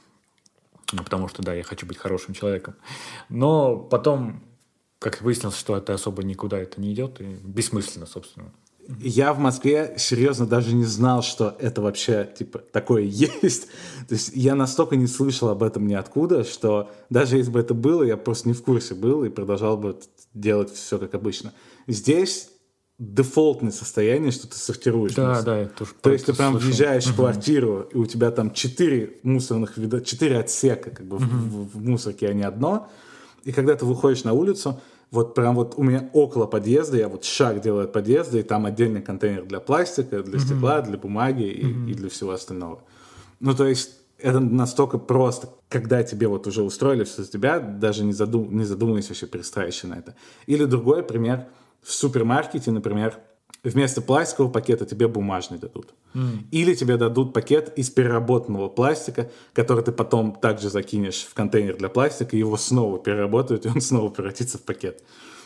Ну, потому что, да, я хочу быть хорошим человеком. Но потом, как выяснилось, что это особо никуда это не идет, и бессмысленно, собственно. Я в Москве серьезно даже не знал, что это вообще типа такое есть. То есть я настолько не слышал об этом ниоткуда, что даже если бы это было, я просто не в курсе был и продолжал бы делать все как обычно. Здесь дефолтное состояние, что ты сортируешь да, мусор. Да, я тоже То есть ты прям слышал. Въезжаешь uh-huh. в квартиру, и у тебя там четыре мусорных вида, четыре отсека как бы uh-huh. в, в, в мусорке, а не одно. И когда ты выходишь на улицу, вот прям вот у меня около подъезда, я вот шаг делаю от подъезда, и там отдельный контейнер для пластика, для uh-huh. стекла, для бумаги и, uh-huh. и для всего остального. Ну, то есть это настолько просто, когда тебе вот уже устроили все за тебя, даже не, задум, не задумываясь вообще перестраивающий на это. Или другой пример. В супермаркете, например, вместо пластикового пакета тебе бумажный дадут. Mm. Или тебе дадут пакет из переработанного пластика, который ты потом также закинешь в контейнер для пластика, и его снова переработают, и он снова превратится в пакет.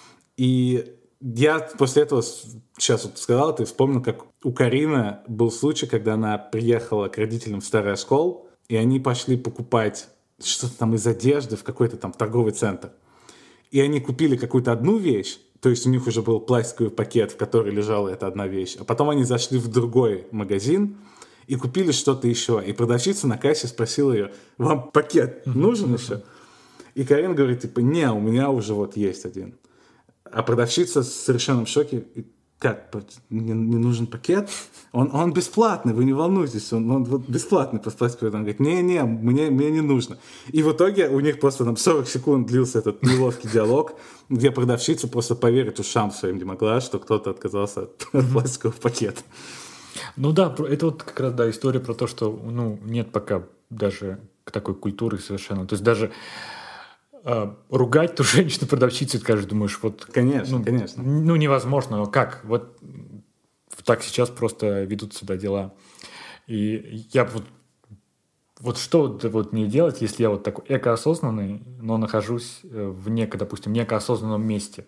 И я после этого, сейчас вот сказал, ты вспомнил, как у Карины был случай, когда она приехала к родителям в Старый Оскол, и они пошли покупать что-то там из одежды в какой-то там торговый центр. И они купили какую-то одну вещь, То есть у них уже был пластиковый пакет, в который лежала эта одна вещь. А потом они зашли в другой магазин и купили что-то еще. И продавщица на кассе спросила ее: вам пакет нужен еще? И Карин говорит, типа, не, у меня уже вот есть один. А продавщица совершенно в шоке. Как, мне не нужен пакет? Он, он бесплатный, вы не волнуйтесь, он, он вот бесплатный по пластиковой. Он говорит, не-не, мне, мне не нужно. И в итоге у них просто там сорок секунд длился этот неловкий диалог, где продавщица просто поверить ушам своим не могла, что кто-то отказался от пластикового пакета. Ну да, это вот как раз, да, история про то, что, ну, нет пока даже такой культуры совершенно. То есть даже э, ругать ту женщину-продавщицу, ты, конечно, думаешь, вот... Конечно, ну, конечно. Ну, невозможно, но как? Вот так сейчас просто ведут себя дела. И я вот... Вот что вот мне делать, если я вот такой экоосознанный, но нахожусь в неко, допустим, некоосознанном месте?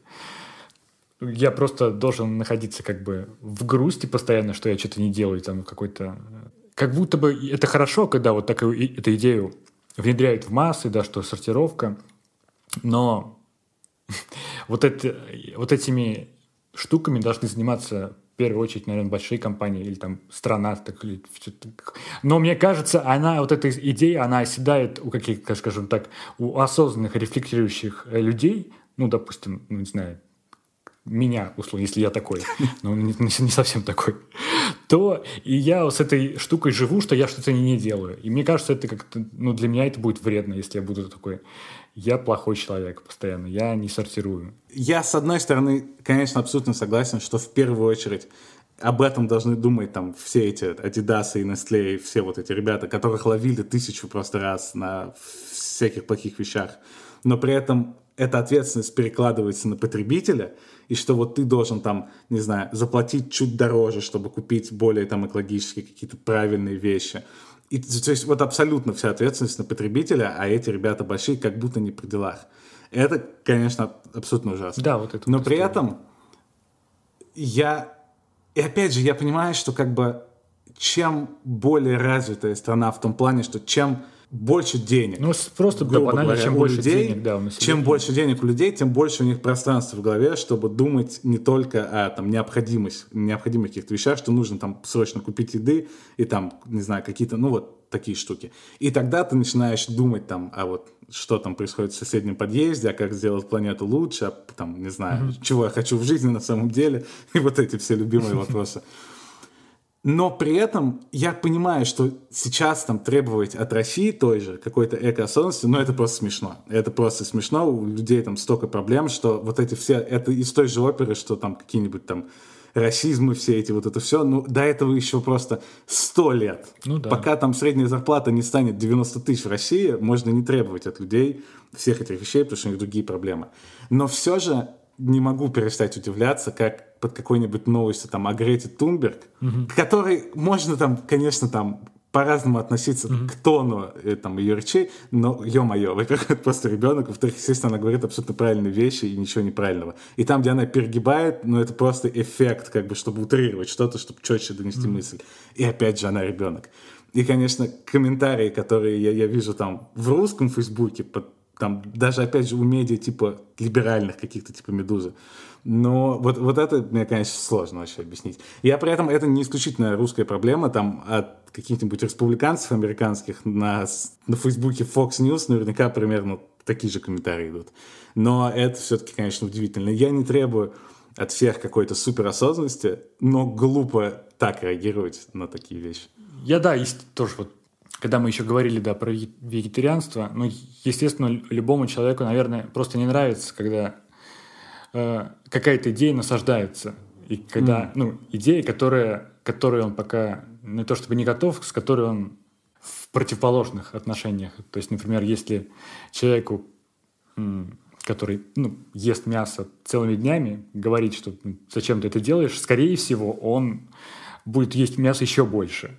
Я просто должен находиться как бы в грусти постоянно, что я что-то не делаю, там какой-то... Как будто бы это хорошо, когда вот такую эту идею внедряют в массы, да, что сортировка, но вот, это, вот этими штуками должны заниматься в первую очередь, наверное, большие компании или там страна. Так, или так. Но мне кажется, она, вот эта идея, она оседает у каких-то, скажем так, у осознанных, рефлектирующих людей, ну, допустим, ну, не знаю, меня, условно, если я такой, но не, не совсем такой, то и я с этой штукой живу, что я что-то не делаю. И мне кажется, это как-то, ну, для меня это будет вредно, если я буду такой, я плохой человек постоянно, я не сортирую. Я, с одной стороны, конечно, абсолютно согласен, что в первую очередь об этом должны думать там все эти Adidas и Nestle, и все вот эти ребята, которых ловили тысячу просто раз на всяких плохих вещах. Но при этом эта ответственность перекладывается на потребителя, и что вот ты должен там, не знаю, заплатить чуть дороже, чтобы купить более там экологические какие-то правильные вещи. И, то есть вот абсолютно вся ответственность на потребителя, а эти ребята большие как будто не при делах. Это, конечно, абсолютно ужасно. Да, вот это Но вот при история. этом я... И опять же, я понимаю, что как бы чем более развитая страна в том плане, что чем больше денег. Ну, просто да, банально, говоря, чем у больше людей, денег, да, у населения. Чем больше денег у людей, тем больше у них пространства в голове, чтобы думать не только о там, необходимость, необходимых каких-то вещах, что нужно там срочно купить еды и там, не знаю, какие-то, ну вот такие штуки. И тогда ты начинаешь думать там, а вот что там происходит в соседнем подъезде, а как сделать планету лучше, а там, не знаю, mm-hmm. чего я хочу в жизни на самом деле, и вот эти все любимые вопросы. Но при этом я понимаю, что сейчас там требовать от России той же какой-то экоосознанности, ну это просто смешно. Это просто смешно, у людей там столько проблем, что вот эти все, это из той же оперы, что там какие-нибудь там расизмы все эти, вот это все, ну до этого еще просто сто лет. Ну, да. Пока там средняя зарплата не станет девяносто тысяч в России, можно не требовать от людей всех этих вещей, потому что у них другие проблемы. Но все же не могу перестать удивляться, как под какой-нибудь новостью там о Грете Тунберг, угу. к которой можно там, конечно, там по-разному относиться угу. к тону э, там, ее речей, но, ё-моё, во-первых, это просто ребенок, во-вторых, естественно, она говорит абсолютно правильные вещи и ничего неправильного. И там, где она перегибает, ну, это просто эффект, как бы, чтобы утрировать что-то, чтобы четче донести угу. мысль. И опять же, она ребенок. И, конечно, комментарии, которые я, я вижу там в русском Фейсбуке, под там даже, опять же, у медиа типа либеральных каких-то, типа «Медузы». Но вот, вот это мне, конечно, сложно вообще объяснить. Я при этом, это не исключительно русская проблема, там от каких-нибудь республиканцев американских на, на Фейсбуке Fox News наверняка примерно такие же комментарии идут. Но это все-таки, конечно, удивительно. Я не требую от всех какой-то суперосознанности, но глупо так реагировать на такие вещи. Я, да, есть тоже вот когда мы еще говорили, да, про вегетарианство, ну, естественно, любому человеку, наверное, просто не нравится, когда э, какая-то идея насаждается. И когда, mm. ну, идея, которая, которой он пока не то чтобы не готов, с которой он в противоположных отношениях. То есть, например, если человеку, м, который, ну, ест мясо целыми днями, говорить, что зачем ты это делаешь, скорее всего, он будет есть мясо еще больше.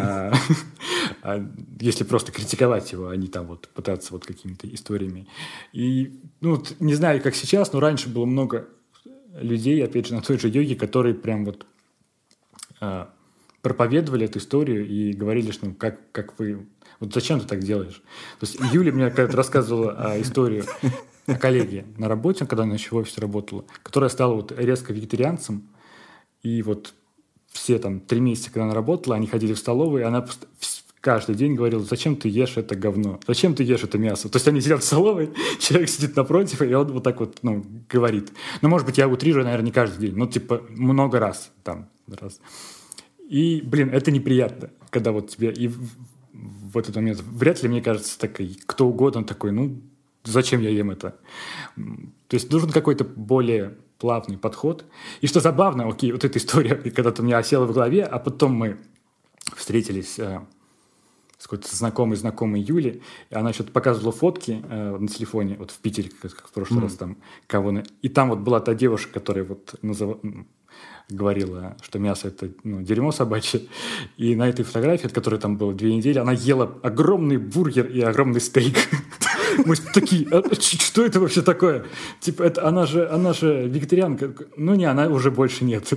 Если просто критиковать его, а не там вот пытаться вот какими-то историями. И, ну, вот, не знаю, как сейчас, но раньше было много людей, опять же, на той же йоге, которые прям вот э, проповедовали эту историю и говорили, что ну, как, как вы... Вот зачем ты так делаешь? То есть Юля мне когда-то рассказывала э, историю коллеги на работе, когда она еще в офисе работала, которая стала вот резко вегетарианцем, и вот все там три месяца, когда она работала, они ходили в столовую, и она каждый день говорила: зачем ты ешь это говно? Зачем ты ешь это мясо? То есть они сидят в столовой, человек сидит напротив, и он вот так вот, ну, говорит. Ну, может быть, я утрирую, наверное, не каждый день, но типа много раз там. Раз. И, блин, это неприятно, когда вот тебе... И в, в этот момент вряд ли, мне кажется, так, кто угодно такой, ну, зачем я ем это? То есть нужен какой-то более плавный подход. И что забавно, окей, вот эта история когда-то у меня осела в голове, а потом мы встретились э, с какой-то знакомой знакомой Юлей, и она что-то показывала фотки э, на телефоне, вот в Питере, как, как в прошлый mm. раз там, кого на... И там вот была та девушка, которая вот называла... говорила, что мясо – это, ну, дерьмо собачье. И на этой фотографии, от которой там было две недели, она ела огромный бургер и огромный стейк. Мы такие: что это вообще такое? Типа, это она же, она же вегетарианка. Ну, не, она уже больше нет.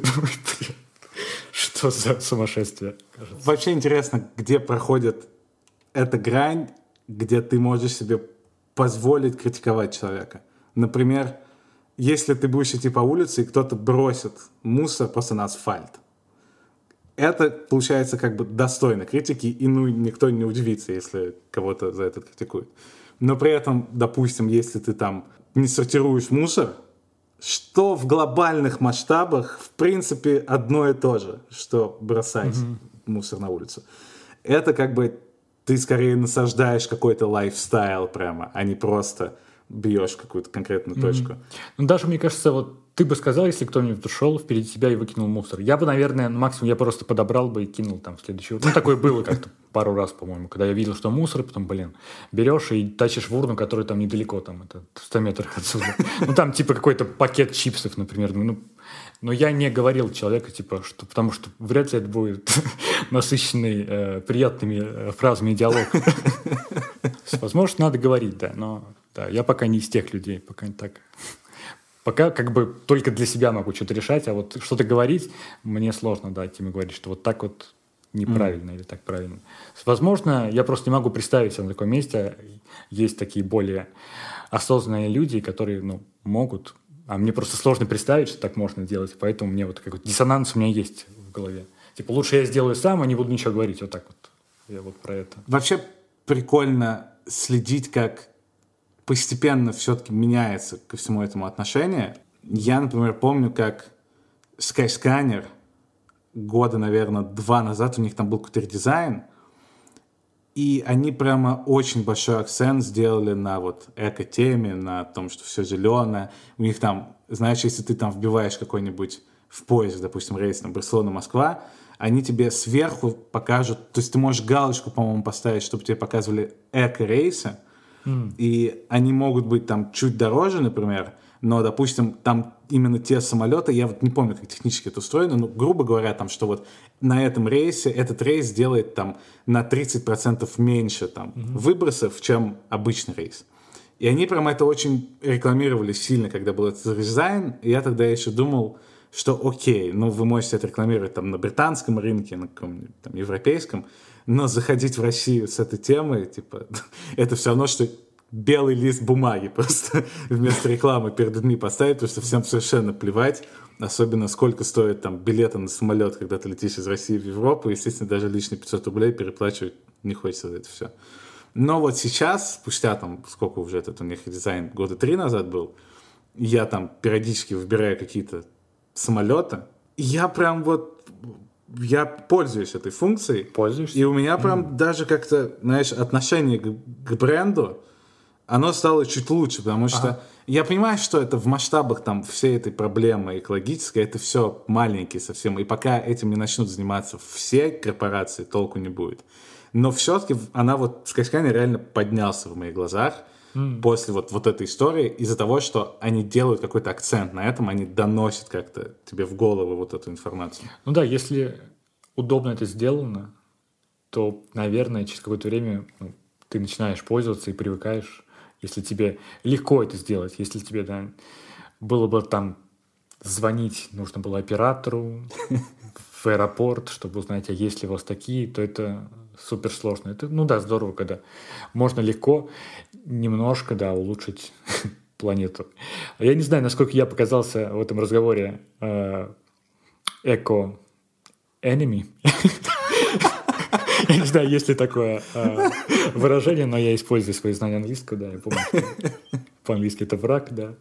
Что за сумасшествие? Вообще интересно, где проходит эта грань, где ты можешь себе позволить критиковать человека. Например, если ты будешь идти по улице, и кто-то бросит мусор просто на асфальт. Это, получается, как бы достойно критики, и ну, никто не удивится, если кого-то за это критикует. Но при этом, допустим, если ты там не сортируешь мусор, что в глобальных масштабах, в принципе, одно и то же, что бросать mm-hmm. мусор на улицу. Это как бы ты скорее насаждаешь какой-то лайфстайл прямо, а не просто... бьешь какую-то конкретную точку. Mm-hmm. Ну, даже, мне кажется, вот ты бы сказал, если кто-нибудь ушел впереди тебя и выкинул мусор. Я бы, наверное, максимум я просто подобрал бы и кинул там в следующую. Ну, такое было как-то пару раз, по-моему, когда я видел, что мусор, потом, блин, берешь и тащишь в урну, которая там недалеко, там, это в ста метрах отсюда. Ну, там, типа, какой-то пакет чипсов, например. Ну, но я не говорил человеку, типа, что, потому что вряд ли это будет насыщенный э, приятными э, фразами диалог. Возможно, надо говорить, да, но... Да, я пока не из тех людей, пока не так. Пока как бы только для себя могу что-то решать, а вот что-то говорить мне сложно, да, Тиме говорить, что вот так вот неправильно mm. или так правильно. Возможно, я просто не могу представить себя на таком месте. Есть такие более осознанные люди, которые, ну, могут, а мне просто сложно представить, что так можно делать, поэтому мне вот какой-то диссонанс у меня есть в голове. Типа лучше я сделаю сам, а не буду ничего говорить, вот так вот. Я вот про это. Вообще прикольно следить, как постепенно все-таки меняется ко всему этому отношение. Я, например, помню, как Skyscanner года, наверное, два назад, у них там был какой-то редизайн, и они прямо очень большой акцент сделали на вот эко-теме, на том, что все зеленое. У них там, знаешь, если ты там вбиваешь какой-нибудь в поиск, допустим, рейс там Барселона-Москва, они тебе сверху покажут, то есть ты можешь галочку, по-моему, поставить, чтобы тебе показывали эко-рейсы, Mm. и они могут быть там чуть дороже, например, но, допустим, там именно те самолеты, я вот не помню, как технически это устроено, но, грубо говоря, там, что вот на этом рейсе, этот рейс делает там на тридцать процентов меньше там mm-hmm. выбросов, чем обычный рейс. И они прям это очень рекламировали сильно, когда был этот дизайн, и я тогда еще думал, что окей, ну вы можете это рекламировать там на британском рынке, на каком-нибудь там европейском, но заходить в Россию с этой темой, типа, это все равно, что белый лист бумаги просто вместо рекламы перед людьми поставить, потому что всем совершенно плевать, особенно сколько стоит там билеты на самолет, когда ты летишь из России в Европу, естественно, даже лишние пятьсот рублей переплачивать не хочется за это все. Но вот сейчас, спустя там, сколько уже этот у них дизайн, года три назад был, я там периодически выбираю какие-то самолеты, и я прям вот я пользуюсь этой функцией. Пользуешься? И у меня прям mm. даже как-то, знаешь, отношение к, к бренду, оно стало чуть лучше, потому что ага. я понимаю, что это в масштабах там всей этой проблемы экологической, это все маленькие совсем, и пока этим не начнут заниматься все корпорации, толку не будет. Но все-таки она вот, Skyscanner реально поднялся в моих глазах mm. после вот, вот этой истории из-за того, что они делают какой-то акцент на этом, они доносят как-то тебе в голову вот эту информацию. Ну да, если удобно это сделано, то, наверное, через какое-то время ну, ты начинаешь пользоваться и привыкаешь, если тебе легко это сделать, если тебе да, было бы там звонить, нужно было оператору в аэропорт, чтобы узнать, а есть ли у вас такие, то это супер сложно. Это, ну да, здорово, когда можно легко немножко, да, улучшить планету. Я не знаю, насколько я показался в этом разговоре э, эко-энеми. Я не знаю, есть ли такое э, выражение, но я использую свои знания английского, да, я помню, что по-английски это враг, да.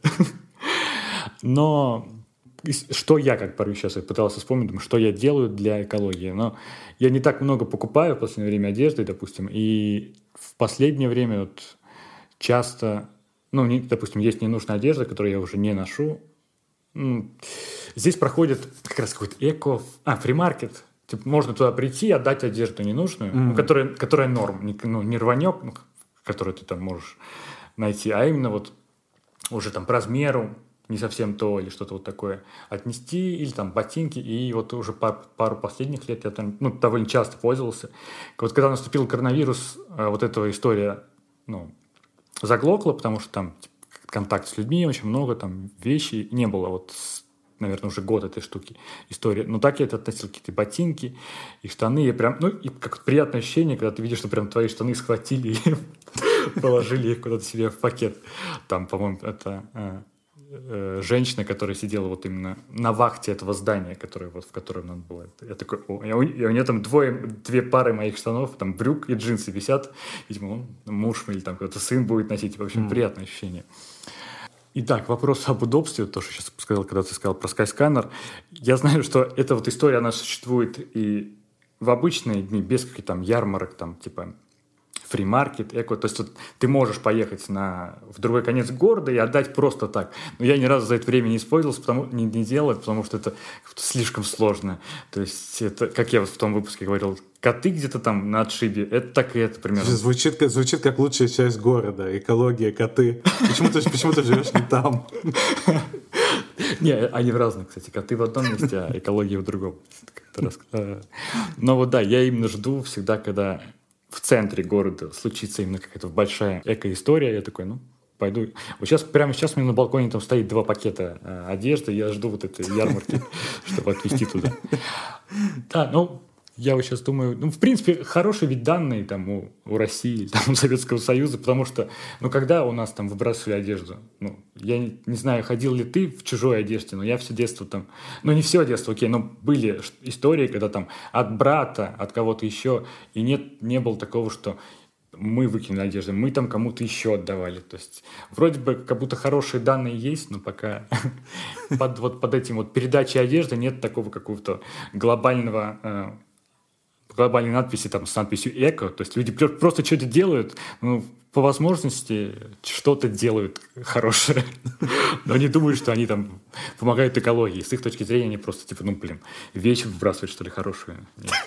Но что я, как порой сейчас я пытался вспомнить, думаю, что я делаю для экологии. Но я не так много покупаю в последнее время одежды, допустим, и в последнее время вот часто, ну, не, допустим, есть ненужная одежда, которую я уже не ношу. Здесь проходит как раз какой-то эко... А, фримаркет. Типа, можно туда прийти, отдать одежду ненужную, mm. ну, которая, которая норм, не, ну, не рванек, ну, который ты там можешь найти, а именно вот уже там по размеру, не совсем то или что-то вот такое отнести, или там ботинки, и вот уже пару, пару последних лет я там, ну, довольно часто пользовался. Вот когда наступил коронавирус, вот эта история, ну, заглохла, потому что там типа, контакт с людьми очень много, там вещей не было вот наверное, уже год этой штуки, история. Но так я это относил, какие-то ботинки и штаны. И прям, ну, и как приятное ощущение, когда ты видишь, что прям твои штаны схватили и положили их куда-то себе в пакет. Там, по-моему, это э, э, женщина, которая сидела вот именно на вахте этого здания, которое, вот, в котором надо было. Я такой, о, и у, и у нее там двое, две пары моих штанов, там брюк и джинсы висят. Видимо, он, муж или там кто-то сын будет носить. В общем, mm. приятное ощущение. Итак, вопрос об удобстве, то, что сейчас сказал, когда ты сказал про Skyscanner. Я знаю, что эта вот история, она существует и в обычные дни, без каких-то там ярмарок, там, типа фримаркет, эко. То есть вот, ты можешь поехать на, в другой конец города и отдать просто так. Но я ни разу за это время не использовался, потому, не, не делал это, потому что это слишком сложно. То есть это, как я вот в том выпуске говорил, коты где-то там на отшибе, это так и это примерно. Звучит, звучит как лучшая часть города, экология, коты. Почему ты, почему ты живешь не там? Не, они в разных, кстати. Коты в одном месте, а экология в другом. Но вот да, я именно жду всегда, когда в центре города случится именно какая-то большая эко-история. Я такой, ну, пойду. Вот сейчас, прямо сейчас у меня на балконе там стоит два пакета э, одежды. Я жду вот этой ярмарки, чтобы отвезти туда. Да, ну, я вот сейчас думаю, ну, в принципе, хорошие ведь данные там у, у России, там, у Советского Союза, потому что, ну, когда у нас там выбрасывали одежду, ну, я не, не знаю, ходил ли ты в чужой одежде, но я все детство там, ну, не все детство, окей, но были истории, когда там от брата, от кого-то еще, и нет, не было такого, что мы выкинули одежду, мы там кому-то еще отдавали. То есть вроде бы как будто хорошие данные есть, но пока под, вот, под этим вот передачей одежды нет такого какого-то глобального... Э, глобальной надписи там с надписью «эко», то есть люди просто что-то делают, ну, по возможности что-то делают хорошее, но не думают, что они там помогают экологии. С их точки зрения они просто типа, ну, блин, вещи выбрасывают, что ли, хорошие.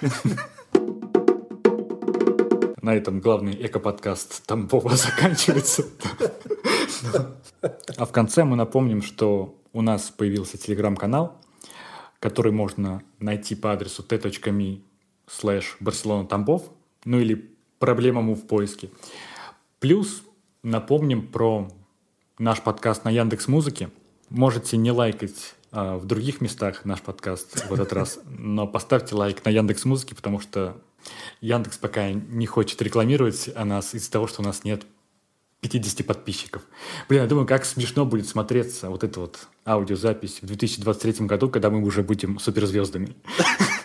На этом главный эко-подкаст Тамбова заканчивается. А в конце мы напомним, что у нас появился телеграм-канал, который можно найти по адресу t.me слэш Барселона Тамбов, ну или проблемам в поиске. Плюс напомним про наш подкаст на Яндекс.Музыке. Можете не лайкать а, в других местах наш подкаст в этот раз, но поставьте лайк на Яндекс.Музыке, потому что Яндекс пока не хочет рекламировать о нас из-за того, что у нас нет пятьдесят подписчиков. Блин, я думаю, как смешно будет смотреться вот эта вот аудиозапись в две тысячи двадцать третьем году, когда мы уже будем суперзвездами.